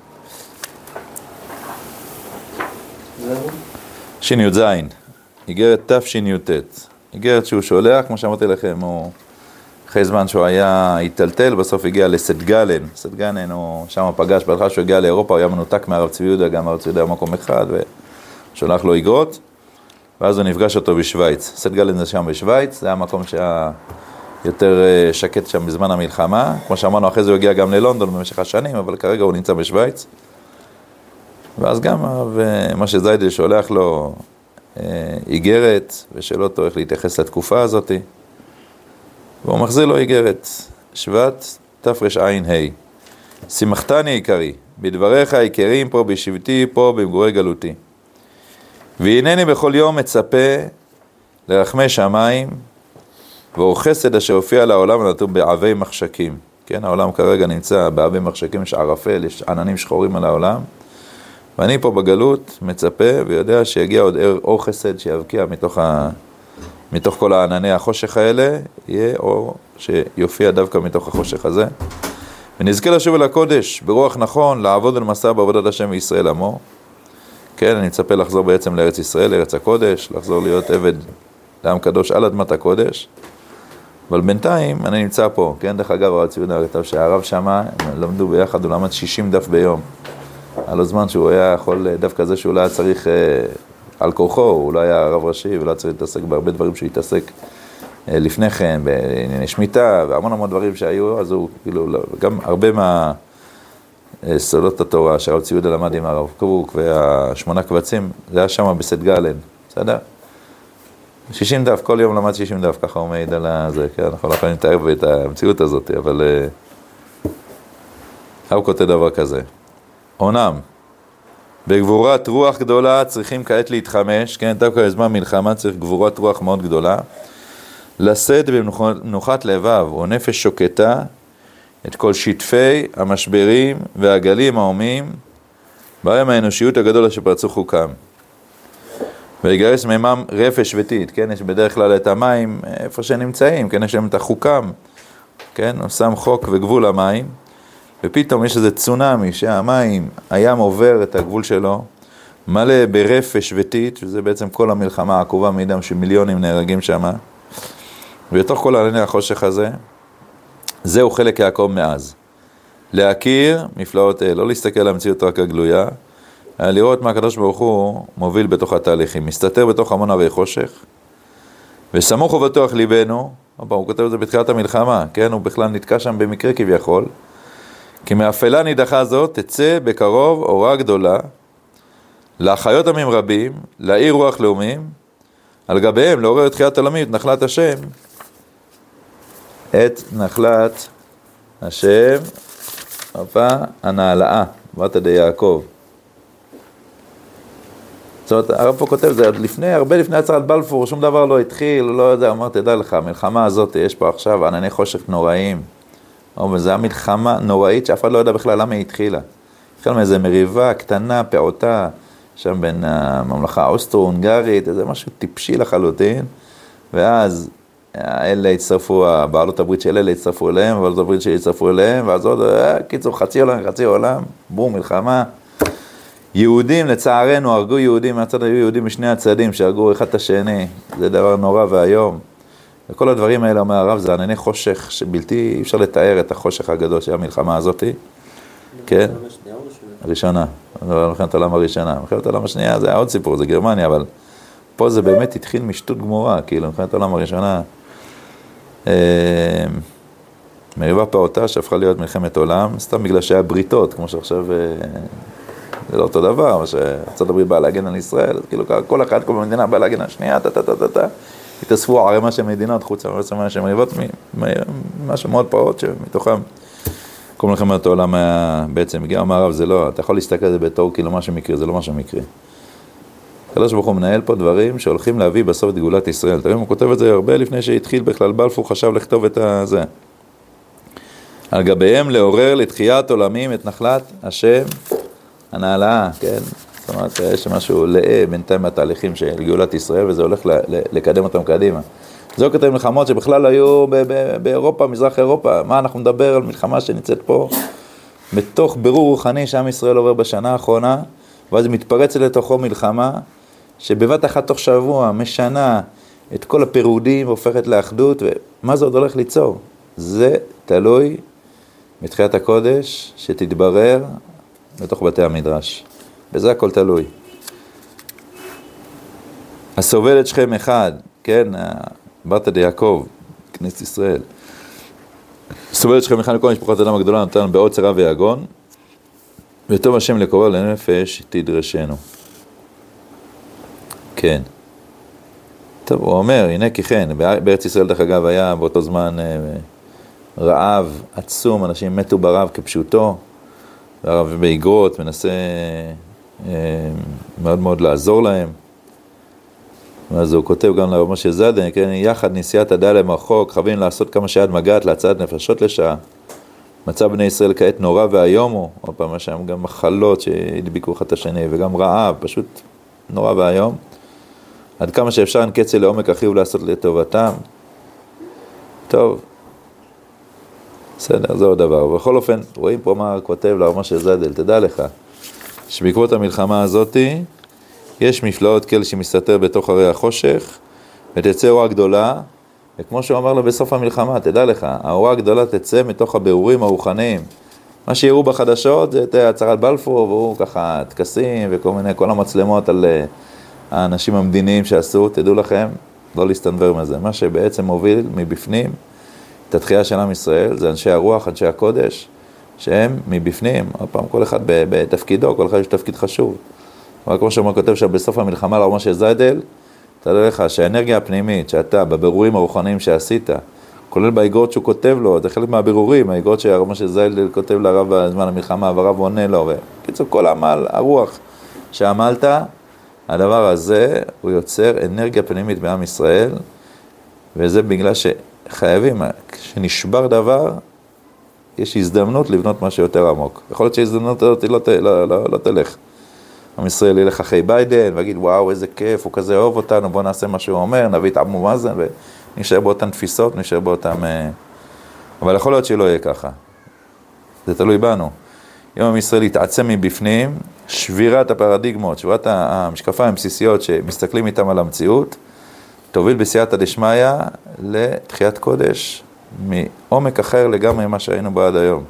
שי"ז, איגרת תשי"ט. איגרת שהוא שולח, כמו שאמרתי לכם, הוא אחרי זמן שהוא היה היטלטל, בסוף הגיע לסטגלן. סטגלן הוא שם פגש, בהתחלה שהוא הגיע לאירופה, הוא היה מנותק מהרב צבי יהודה, גם הרב צבי יהודה במקום אחד, ושולח לו איגרות, ואז הוא נפגש אותו בשוויץ. סטגלן זה שם בשוויץ, זה היה מקום שהיה יותר שקט שם בזמן המלחמה. כמו שאמרנו, אחרי זה הוא הגיע גם ללונדון במשך השנים, אבל כרגע הוא נמצא בשוויץ. ואז גם משה זיידל שולח לו איגרת, ושאל אותו איך להתייחס לתקופה הזאת. והוא מחזיר לו איגרת, שבט תרע"ה. שמחתני עיקרי, בדבריך העיקריים פה בשבטי, פה במגורי גלותי. והנני בכל יום מצפה לרחמי שמיים, ואור חסד אשר הופיע לעולם הנתון בעבי מחשקים. כן, העולם כרגע נמצא בעבי מחשקים, יש ערפל, יש עננים שחורים על העולם. ואני פה בגלות מצפה ויודע שיגיע עוד אור חסד שיבקיע מתוך, ה... מתוך כל הענני החושך האלה, יהיה אור שיופיע דווקא מתוך החושך הזה. ונזכה לשוב אל הקודש, ברוח נכון, לעבוד ולמסע בעבודת השם וישראל עמו. כן, אני מצפה לחזור בעצם לארץ ישראל, לארץ הקודש, לחזור להיות עבד לעם קדוש על אדמת הקודש. אבל בינתיים אני נמצא פה, כן, דרך אגב, הרב צבי יהודה כתב שהרב שמה, הם למדו ביחד, הוא למד שישים דף ביום. על הזמן שהוא היה יכול, דווקא זה שהוא לא היה צריך, אה, על כורחו, הוא לא היה רב ראשי ולא היה צריך להתעסק בהרבה דברים שהוא התעסק אה, לפני כן, בענייני שמיטה והמון המון דברים שהיו, אז הוא כאילו, גם הרבה מה... סודות התורה שהרב צבי יהודה למד עם הרב קוק והשמונה קבצים, זה היה שם בסטגלן, בסדר? שישים דף, כל יום למד שישים דף, ככה הוא מעיד על זה, כן, אנחנו לא יכולים לתאר את המציאות הזאת, אבל הוא כותב דבר כזה. עונם, בגבורת רוח גדולה צריכים כעת להתחמש, כן, דווקא בזמן מלחמה צריך גבורת רוח מאוד גדולה, לשאת במנוחת לבב או נפש שוקטה, את כל שטפי המשברים והגלים העומים, בהם האנושיות הגדול שפרצו חוקם. ויגרס מימם רפש ותית, כן, יש בדרך כלל את המים איפה שנמצאים, כן, יש להם את החוקם, כן, הוא שם חוק וגבול המים, ופתאום יש איזה צונמי שהמים, הים עובר את הגבול שלו, מלא ברפש ותית, וזה בעצם כל המלחמה העקובה מידם שמיליונים נהרגים שם, ובתוך כל העלני החושך הזה, זהו חלק יעקב מאז. להכיר מפלאות אל, לא להסתכל על המציאות רק הגלויה, אלא לראות מה הקדוש ברוך הוא מוביל בתוך התהליכים, מסתתר בתוך המון הרי חושך, וסמוך ובטוח ליבנו, הוא כותב את זה בתחילת המלחמה, כן, הוא בכלל נתקע שם במקרה כביכול, כי מאפלה נידחה זאת תצא בקרוב אורה גדולה, להחיות עמים רבים, להאיר רוח לאומים, על גביהם לעורר את חיית עולמית, נחלת השם, את נחלת השם, אפה הנעלאה, בת ידי יעקב. זאת אומרת, הרב פה כותב, זה לפני, הרבה לפני הצהרת בלפור, שום דבר לא התחיל, לא יודע, אמר, תדע לך, המלחמה הזאת, יש פה עכשיו ענני חושך נוראים, אבל זו המלחמה נוראית שאף אחד לא יודע בכלל למה היא התחילה. התחילה מאיזו מריבה קטנה, פעוטה, שם בין הממלכה האוסטרו-הונגרית, איזה משהו טיפשי לחלוטין, ואז אלה הצטרפו, בעלות הברית של אלה הצטרפו אליהם, בעלות הברית שלי הצטרפו אליהם, ואז עוד, קיצור, חצי עולם, חצי עולם, בום, מלחמה. יהודים, לצערנו, הרגו יהודים, מהצד היו יהודים משני הצדים, שהרגו אחד את השני, זה דבר נורא והיום. וכל הדברים האלה, אומר הרב, זה ענני חושך, שבלתי, אי אפשר לתאר את החושך הגדול של המלחמה הזאת. כן? הראשונה, מלחמת העולם הראשונה. מלחמת העולם השנייה, זה היה עוד סיפור, זה גרמניה, אבל פה זה באמת התחיל משטות גמורה, כאילו, מלחמת העולם הראשונה, מריבה פעוטה שהפכה להיות מלחמת עולם, סתם בגלל שהיה בריתות, כמו שעכשיו זה לא אותו דבר, מה שארצות הברית באה להגן על ישראל, אז כאילו כל אחד, כל מדינה באה להגן על שנייה, טה-טה-טה-טה, התאספו ערימה של מדינות, חוץ מהרצמה של מריבות, משהו מאוד פעוט שמתוכם, כל מלחמת העולם בעצם הגיע, אומר הרב, זה לא, אתה יכול להסתכל על זה בתור כאילו משהו מקרי, זה לא משהו מקרי. הקדוש ברוך הוא מנהל פה דברים שהולכים להביא בסוף את גאולת ישראל. תראו, הוא כותב את זה הרבה לפני שהתחיל בכלל בלפור, חשב לכתוב את זה. על גביהם לעורר לתחיית עולמים את נחלת השם הנעלאה, כן? זאת אומרת, יש משהו לאה בינתיים מהתהליכים של גאולת ישראל, וזה הולך לקדם אותם קדימה. זהו כתב מלחמות שבכלל היו באירופה, מזרח אירופה. מה אנחנו מדבר על מלחמה שנמצאת פה? בתוך בירור רוחני שעם ישראל עובר בשנה האחרונה, ואז מתפרצת לתוכו מלחמה, שבבת אחת תוך שבוע משנה את כל הפירודים והופכת לאחדות, ומה זה עוד הולך ליצור? זה תלוי מתחיית הקודש שתתברר בתוך בתי המדרש. בזה הכל תלוי. הסובל את שכם אחד, כן, ברטה דיעקב, כנסת ישראל. סובל את שכם אחד לכל משפחות אדם הגדולה נותן בעוצר רב ויגון, וטוב השם לקרוא לנפש תדרשנו. כן. טוב, הוא אומר, הנה כי כן, בארץ ישראל דרך אגב היה באותו זמן רעב עצום, אנשים מתו ברעב כפשוטו, והרב באגרות מנסה מאוד מאוד לעזור להם. אז הוא כותב גם לרב משה זאדה, כן, יחד נסיעת הדעה למרחוק, חייבים לעשות כמה שיד מגעת להצעת נפשות לשעה. מצב בני ישראל כעת נורא והיום הוא, עוד פעם, יש שם גם מחלות שהדביקו אחד את השני, וגם רעב, פשוט נורא והיום. עד כמה שאפשר אין קצה לעומק החיוב לעשות לטובתם. טוב, בסדר, זה עוד דבר. ובכל אופן, רואים פה מה כותב לרב משה זאדה, תדע לך, שבעקבות המלחמה הזאת, יש מפלאות כל שמסתתר בתוך הרי החושך, ותצא אורה גדולה, וכמו שהוא אמר לו בסוף המלחמה, תדע לך, האורה הגדולה תצא מתוך הבירורים הרוחניים. מה שיראו בחדשות זה הצהרת בלפור, והוא ככה תקסים וכל מיני, כל המצלמות על האנשים המדיניים שעשו, תדעו לכם, לא להסתנבר מזה. מה שבעצם מוביל מבפנים את התחייה של עם ישראל, זה אנשי הרוח, אנשי הקודש, שהם מבפנים, עוד פעם, כל אחד בתפקידו, כל אחד יש תפקיד חשוב. אבל כמו שאומר כותב שם בסוף המלחמה לרב משה זיידל, תדע לך שהאנרגיה הפנימית שאתה בבירורים הרוחניים שעשית, כולל באגרות שהוא כותב לו, זה חלק מהבירורים, האגרות שהרב משה זיידל כותב לרב בזמן המלחמה, והרב עונה לו, וקיצור כל העמל, הרוח שעמלת, הדבר הזה הוא יוצר אנרגיה פנימית בעם ישראל, וזה בגלל שחייבים, כשנשבר דבר, יש הזדמנות לבנות משהו יותר עמוק. יכול להיות שהזדמנות הזאת לא, לא, לא, לא תלך. עם ישראל ילך אחרי ביידן, ויגיד, וואו, איזה כיף, הוא כזה אוהב אותנו, בוא נעשה מה שהוא אומר, נביא את אבו מאזן, ונשאר באותן תפיסות, נשאר באותם... אבל יכול להיות שלא יהיה ככה. זה תלוי בנו. אם עם ישראל יתעצם מבפנים, שבירת הפרדיגמות, שבירת המשקפיים בסיסיות שמסתכלים איתם על המציאות, תוביל בסייעתא דשמיא לתחיית קודש, מעומק אחר לגמרי ממה שהיינו בו עד היום.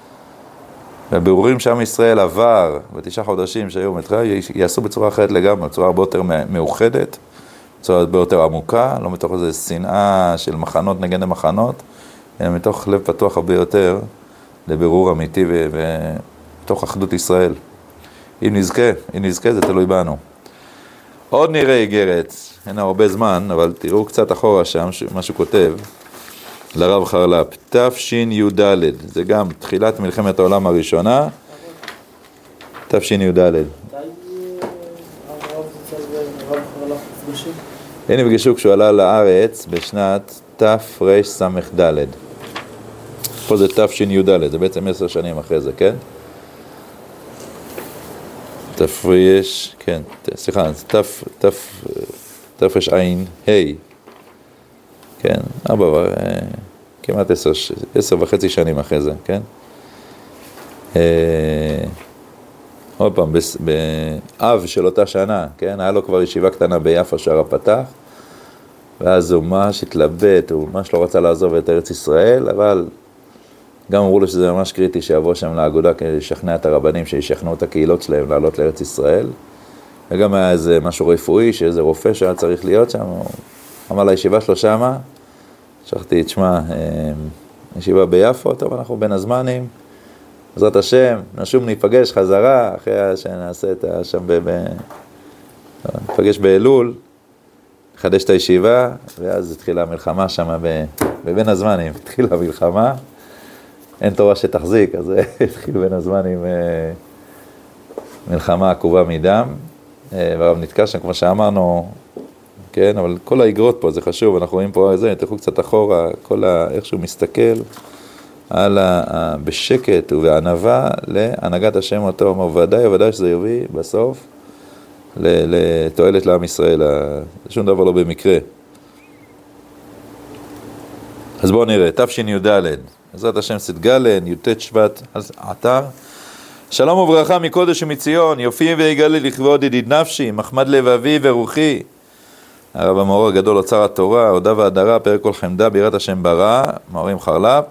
והבירורים שעם ישראל עבר בתשעה חודשים שהיו מתחילה, יעשו בצורה אחרת לגמרי, בצורה הרבה יותר מאוחדת, בצורה הרבה יותר עמוקה, לא מתוך איזו שנאה של מחנות נגד המחנות, אלא מתוך לב פתוח הרבה יותר לבירור אמיתי ובתוך אחדות ישראל. אם נזכה, אם נזכה זה תלוי בנו. עוד נראה איגרת, אין הרבה זמן, אבל תראו קצת אחורה שם, מה שהוא כותב, לרב חרל"פ, תשי"ד, זה גם תחילת מלחמת העולם הראשונה, תשי"ד. הם נפגשו כשהוא עלה לארץ בשנת תרס"ד. פה זה תשי"ד, זה בעצם עשר שנים אחרי זה, כן? תפריש, כן, סליחה, תרע"ה. כן, אבא, כמעט עשר, עשר וחצי שנים אחרי זה, כן? עוד פעם, באב של אותה שנה, כן? היה לו כבר ישיבה קטנה ביפו שער הפתח, ואז הוא ממש התלבט, הוא ממש לא רצה לעזוב את ארץ ישראל, אבל גם אמרו לו שזה ממש קריטי שיבוא שם לאגודה כדי לשכנע את הרבנים, שישכנעו את הקהילות שלהם לעלות לארץ ישראל, וגם היה איזה משהו רפואי, שאיזה רופא שהיה צריך להיות שם, הוא אמר לישיבה שלו שמה, שכחתי, תשמע, ישיבה ביפו, טוב, אנחנו בין הזמנים, בעזרת השם, נשום ניפגש חזרה, אחרי שנעשה את שם, ב... ניפגש באלול, נחדש את הישיבה, ואז התחילה המלחמה שם בבין הזמנים, התחילה המלחמה, אין תורה שתחזיק, אז התחיל בין הזמנים מלחמה עקובה מדם, והרב נתקע שם, כמו שאמרנו, כן, אבל כל האגרות פה, זה חשוב, אנחנו רואים פה איזה, תלכו קצת אחורה, כל ה... איך שהוא מסתכל על ה... בשקט ובענווה להנהגת השם אותו, אומר, ודאי, ודאי שזה יביא בסוף לתועלת לעם ישראל, שום דבר לא במקרה. אז בואו נראה, תשי"ד, בעזרת השם סתגלן, י"ט שבט עתר, שלום וברכה מקודש ומציון, יופיע ויגלה לכבוד ידיד נפשי, מחמד לבבי ורוחי, הרב המאור הגדול אוצר התורה, הודה והדרה, פרק כל חמדה, בירת השם ברא, מאורים חרל"פ,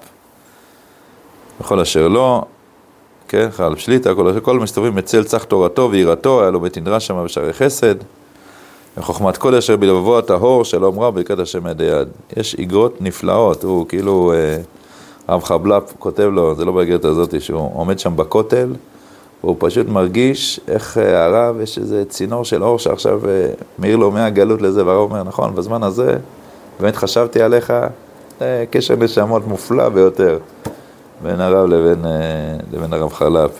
וכל אשר לא, כן, חרל"פ שליטה, כל, כל מסתובבים בצל צח תורתו ויראתו, היה לו בית מדרש שם בשערי חסד, וחוכמת קודש אשר בלבבו הטהור, שלום רב, ברכת השם ידי יד. יש איגרות נפלאות, הוא כאילו, אה, הרב חרל"פ כותב לו, זה לא באיגרת הזאת, שהוא עומד שם בכותל, והוא פשוט מרגיש איך הרב, יש איזה צינור של אור שעכשיו מאיר לו מהגלות לזה, והרב אומר, נכון, בזמן הזה, באמת חשבתי עליך, קשר נשמות מופלא ביותר, בין הרב לבין, לבין הרב חרל"פ.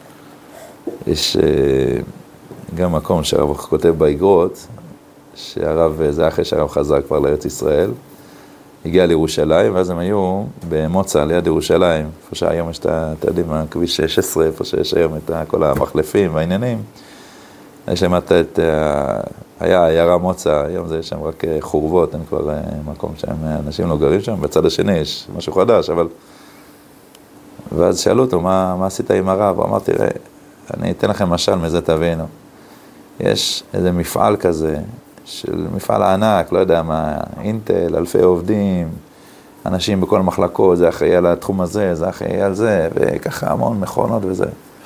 יש גם מקום שהרב כותב באיגרות, שהרב, זה אחרי שהרב חזר כבר לארץ ישראל, הגיע לירושלים, ואז הם היו במוצא, ליד ירושלים, איפה שהיום יש את, אתה יודעים, הכביש שש עשרה, איפה שיש היום את כל המחלפים והעניינים. יש שם את, היה עיירה מוצא, היום זה יש שם רק חורבות, אין כבר מקום שהם, אנשים לא גרים שם, בצד השני יש משהו חדש, אבל... ואז שאלו אותו, מה, מה עשית עם הרב? הוא אמר, תראה, אני אתן לכם משל מזה תבינו. יש איזה מפעל כזה, של מפעל הענק, לא יודע מה, אינטל, אלפי עובדים, אנשים בכל מחלקות, זה אחראי על התחום הזה, זה אחראי על זה, וככה המון מכונות וזה.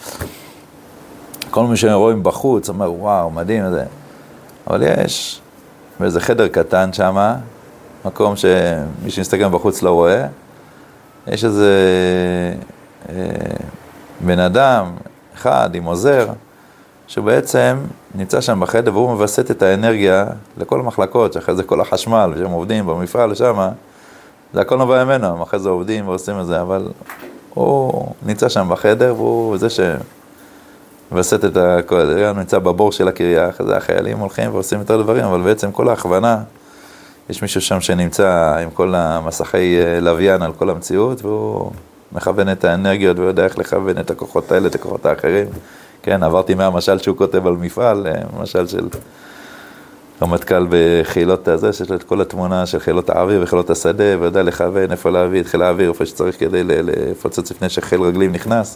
כל מי שרואים בחוץ אומר, וואו, מדהים זה. אבל יש באיזה חדר קטן שם, מקום שמי שמסתכל בחוץ לא רואה, יש איזה אה, בן אדם, אחד עם עוזר, שבעצם נמצא שם בחדר והוא מבסט את האנרגיה לכל המחלקות, שאחרי זה כל החשמל, שהם עובדים במפעל שם, זה הכל נובע ממנו, אחרי זה עובדים ועושים את זה, אבל הוא נמצא שם בחדר והוא זה שמבסט את הכל, הוא נמצא בבור של הקריה, אחרי זה החיילים הולכים ועושים יותר דברים, אבל בעצם כל ההכוונה, יש מישהו שם שנמצא עם כל המסכי לוויין על כל המציאות, והוא מכוון את האנרגיות והוא יודע איך לכוון את הכוחות האלה, את הכוחות האחרים. כן, עברתי מהמשל שהוא כותב על מפעל, משל של רמטכ"ל בחילות הזה, שיש לו את כל התמונה של חילות האוויר וחילות השדה, ויודע לכוון איפה להביא את חיל האוויר, איפה שצריך כדי לפוצץ לפני שחיל רגלים נכנס.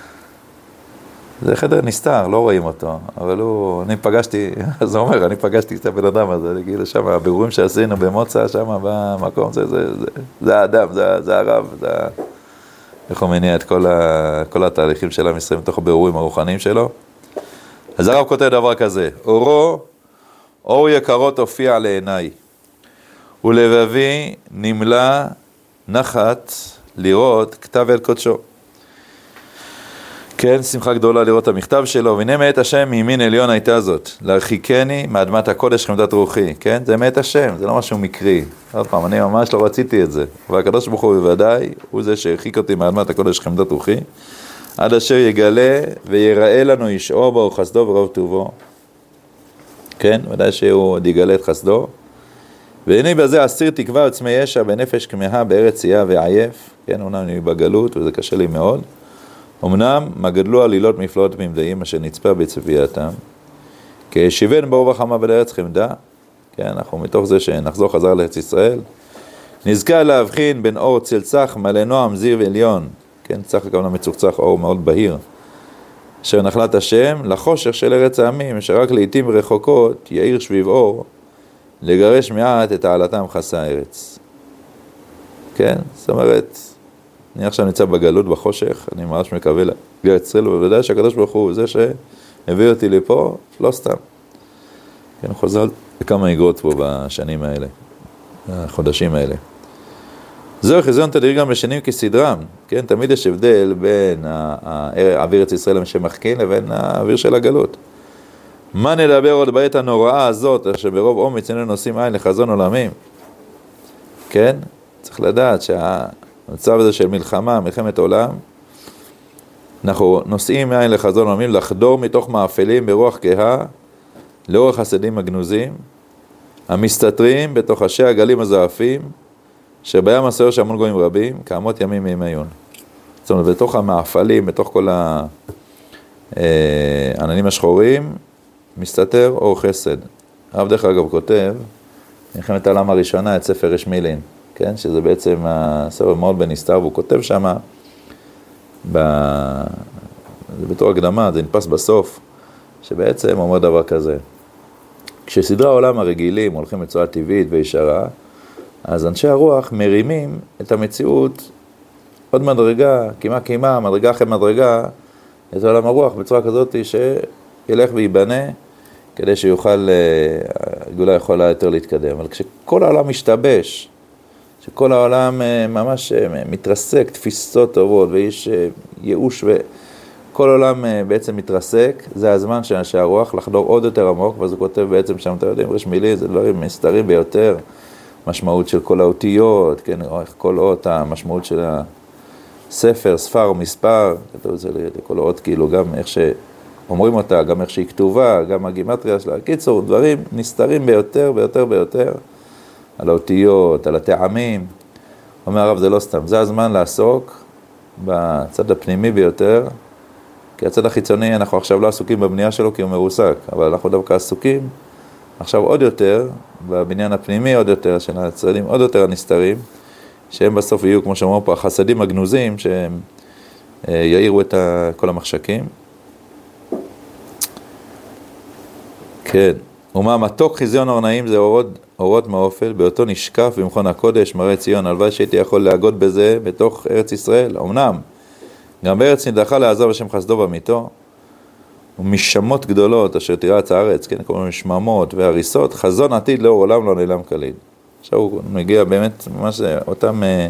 זה חדר נסתר, לא רואים אותו, אבל הוא, אני פגשתי, זה אומר, אני פגשתי את הבן אדם הזה, אני כאילו שם, הבירורים שעשינו במוצא, שם במקום, זה, זה, זה, זה האדם, זה, זה הרב, זה... איך הוא מניע את כל, ה, כל התהליכים של עם ישראל מתוך הבירורים הרוחניים שלו. אז הרב כותב דבר כזה, אורו, אור יקרות הופיע לעיניי, ולבבי נמלא נחת לראות כתב אל קודשו. כן, שמחה גדולה לראות את המכתב שלו, והנה מאת השם מימין עליון הייתה זאת, להרחיקני מאדמת הקודש חמדת רוחי, כן? זה מאת השם, זה לא משהו מקרי. עוד פעם, אני ממש לא רציתי את זה, אבל הקדוש ברוך הוא בוודאי, הוא זה שהרחיק אותי מאדמת הקודש חמדת רוחי, עד אשר יגלה ויראה לנו ישעו בו חסדו ורוב טובו. כן, ודאי שהוא עוד יגלה את חסדו. והנה בזה אסיר תקווה עצמי ישע בנפש כמהה בארץ צייה ועייף, כן, אומנם אני בגלות וזה קשה לי מאוד. אמנם מגדלו עלילות מפלאות במדעים אשר נצפה בצבייתם, כי שיבן באור וחמה בארץ חמדה, כן, אנחנו מתוך זה שנחזור חזר לארץ ישראל, נזכה להבחין בין אור צל צח מלא נועם זיו עליון, כן, צח הכוונה מצוחצח, אור מאוד בהיר, אשר נחלת השם לחושך של ארץ העמים, שרק לעתים רחוקות יאיר שביב אור, לגרש מעט את העלתם חסה הארץ. כן, זאת אומרת, אני עכשיו נמצא בגלות בחושך, אני ממש מקווה להגיע אצלנו, ובוודאי שהקדוש ברוך הוא זה שהביא אותי לפה, לא סתם. כן, הוא חוזר לכמה איגרות פה בשנים האלה, החודשים האלה. זהו חזיון תדיר גם בשנים כסדרם, כן, תמיד יש הבדל בין האוויר ארץ ישראל שמחכין לבין האוויר של הגלות. מה נדבר עוד בעת הנוראה הזאת, אשר ברוב אומץ איננו נושאים עין לחזון עולמים? כן, צריך לדעת שה... המצב הזה של מלחמה, מלחמת עולם, אנחנו נושאים מעין לחזון עולמים, לחדור מתוך מאפלים ברוח כהה, לאורך השדים הגנוזים, המסתתרים בתוך ראשי הגלים הזועפים, שבים הסוער שהמון גויים רבים, כאמות ימים מימי עיון. זאת אומרת, בתוך המאפלים, בתוך כל העננים השחורים, מסתתר אור חסד. הרב דרך אגב כותב, מלחמת העולם הראשונה, את ספר רשמילין. כן, שזה בעצם הספר מאוד בנסתר, והוא כותב שם, ב... זה בתור הקדמה, זה נתפס בסוף, שבעצם אומר דבר כזה. כשסדרי העולם הרגילים הולכים בצורה טבעית וישרה, אז אנשי הרוח מרימים את המציאות עוד מדרגה, כמעט כמעט, מדרגה אחרי מדרגה, את עולם הרוח בצורה כזאת שילך וייבנה, כדי שיוכל, הגאולה יכולה יותר להתקדם. אבל כשכל העולם משתבש, שכל העולם ממש מתרסק, תפיסות טובות, ויש ייאוש, וכל העולם בעצם מתרסק, זה הזמן של אנשי הרוח לחדור עוד יותר עמוק, ואז הוא כותב בעצם שם, אתה יודעים, ריש מילי, זה דברים מסתרים ביותר, משמעות של כל האותיות, כן, כל אות, המשמעות של הספר, ספר, מספר, כתוב את זה לכל האות, כאילו גם איך שאומרים אותה, גם איך שהיא כתובה, גם הגימטריה שלה, קיצור, דברים נסתרים ביותר, ביותר, ביותר, על האותיות, על הטעמים. אומר הרב, זה לא סתם, זה הזמן לעסוק בצד הפנימי ביותר, כי הצד החיצוני, אנחנו עכשיו לא עסוקים בבנייה שלו כי הוא מרוסק, אבל אנחנו דווקא עסוקים עכשיו עוד יותר, בבניין הפנימי עוד יותר, של הצדדים עוד יותר הנסתרים, שהם בסוף יהיו, כמו שאומרים פה, החסדים הגנוזים, שהם יאירו את כל המחשקים. כן, ומה מתוק חזיון אורנאים זה אורות, אורות מאופל, באותו נשקף במכון הקודש, מראה ציון, הלוואי שהייתי יכול להגות בזה בתוך ארץ ישראל. אמנם, גם בארץ נדחה לעזוב השם חסדו במיתו, ומשמות גדולות אשר תירץ הארץ, כן, כל מיני שממות והריסות, חזון עתיד לאור עולם לא נעלם כליל. עכשיו הוא מגיע באמת, ממש אותם אה,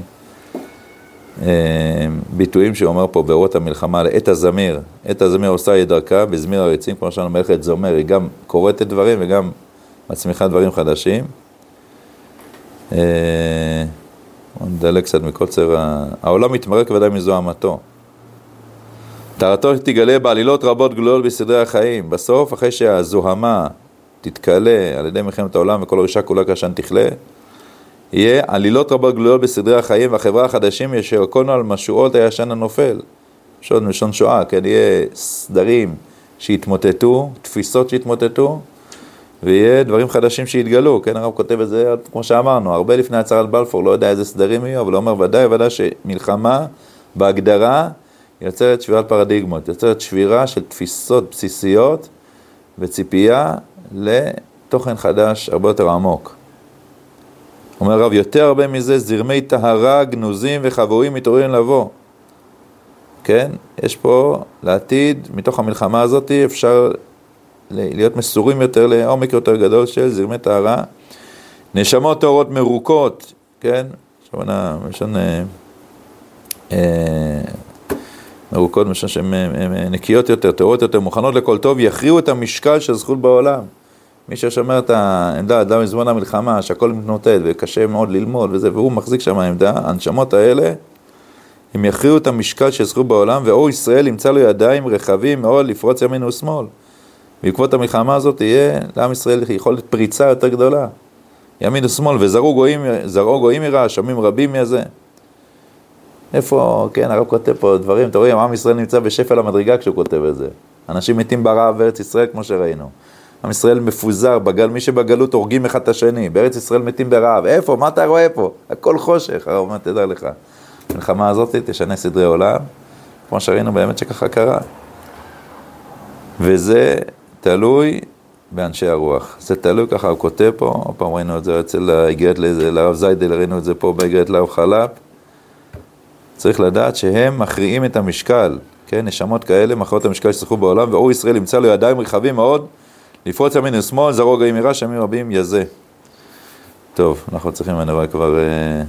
אה, ביטויים שאומר פה באורות המלחמה, לעת הזמיר, עת הזמיר עושה את דרכה בזמיר הריצים, כמו שאנו מלאכת זומר, היא גם קוראת את דברים וגם מצמיחה דברים חדשים. אה, נדלק קצת מקוצר, העולם מתמרק ודאי מזוהמתו. תארתו תגלה בעלילות רבות גלויות בסדרי החיים. בסוף, אחרי שהזוהמה תתקלה על ידי מלחמת העולם וכל הרישה כולה כעשן תכלה, יהיה עלילות רבות גלויות בסדרי החיים, והחברה החדשים ישרקונו על משואות הישן הנופל. שוד משון שואה, כן, יהיה סדרים שהתמוטטו, תפיסות שהתמוטטו, ויהיה דברים חדשים שהתגלו. כן, הרב כותב את זה, כמו שאמרנו, הרבה לפני הצהרת בלפור, לא יודע איזה סדרים יהיו, אבל הוא אומר ודאי ודאי שמלחמה בהגדרה יוצרת שבירת פרדיגמות, יוצרת שבירה של תפיסות בסיסיות וציפייה לתוכן חדש הרבה יותר עמוק. אומר רב, יותר הרבה מזה, זרמי טהרה, גנוזים וחבורים מתעוררים לבוא. כן? יש פה לעתיד, מתוך המלחמה הזאת, אפשר להיות מסורים יותר לעומק יותר גדול של זרמי טהרה. נשמות טהורות מרוקות, כן? שונה, משון... אה, אה, מרוקות, משום שהן נקיות יותר, טהורות יותר, מוכנות לכל טוב, יכריעו את המשקל של זכות בעולם. מי ששומר את העמדה, אדם מזמן המלחמה, שהכל מתנוטט וקשה מאוד ללמוד וזה, והוא מחזיק שם העמדה, הנשמות האלה, הם יכריעו את המשקל של זכות בעולם, ואור ישראל ימצא לו ידיים רחבים מאוד לפרוץ ימין ושמאל. בעקבות המלחמה הזאת תהיה לעם ישראל יכולת פריצה יותר גדולה. ימין ושמאל, וזרעו גויים, זרעו גויים מרעש, עמים רבים מזה. איפה, כן, הרב כותב פה דברים, אתה רואים, עם ישראל נמצא בשפל המדרגה כשהוא כותב את זה. אנשים מתים ברעב בארץ ישראל, כמו שראינו. עם ישראל מפוזר, בגל, מי שבגלות הורגים אחד את השני, בארץ ישראל מתים ברעב. איפה, מה אתה רואה פה? הכל חושך, הרב אומר, תדע לך. המלחמה הזאת תשנה סדרי עולם, כמו שראינו באמת שככה קרה. וזה תלוי באנשי הרוח. זה תלוי, ככה הוא כותב פה, עוד פעם ראינו את זה אצל האיגרת לרב זיידל, ראינו את זה פה באיגרת לרב חלפ. צריך לדעת שהם מכריעים את המשקל, כן? נשמות כאלה מכריעות את המשקל שצריכו בעולם, ואור ישראל ימצא לו ידיים רחבים מאוד, לפרוץ ימין ושמאל, זרעו גויים מרעש, עמים רבים יזה. טוב, אנחנו צריכים, אני רואה כבר אה,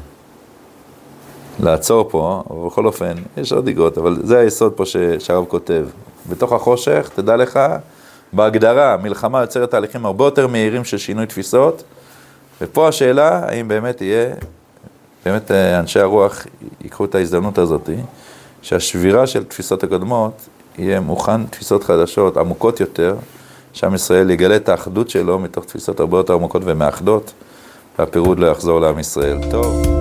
לעצור פה, אבל בכל אופן, יש עוד איגרות, אבל זה היסוד פה שהרב כותב. בתוך החושך, תדע לך, בהגדרה, מלחמה יוצרת תהליכים הרבה יותר מהירים של שינוי תפיסות, ופה השאלה, האם באמת יהיה, באמת אנשי הרוח ייקחו את ההזדמנות הזאת, שהשבירה של תפיסות הקודמות יהיה מוכן תפיסות חדשות, עמוקות יותר, שעם ישראל יגלה את האחדות שלו מתוך תפיסות הרבה יותר עמוקות ומאחדות, והפירוד לא יחזור לעם ישראל. טוב.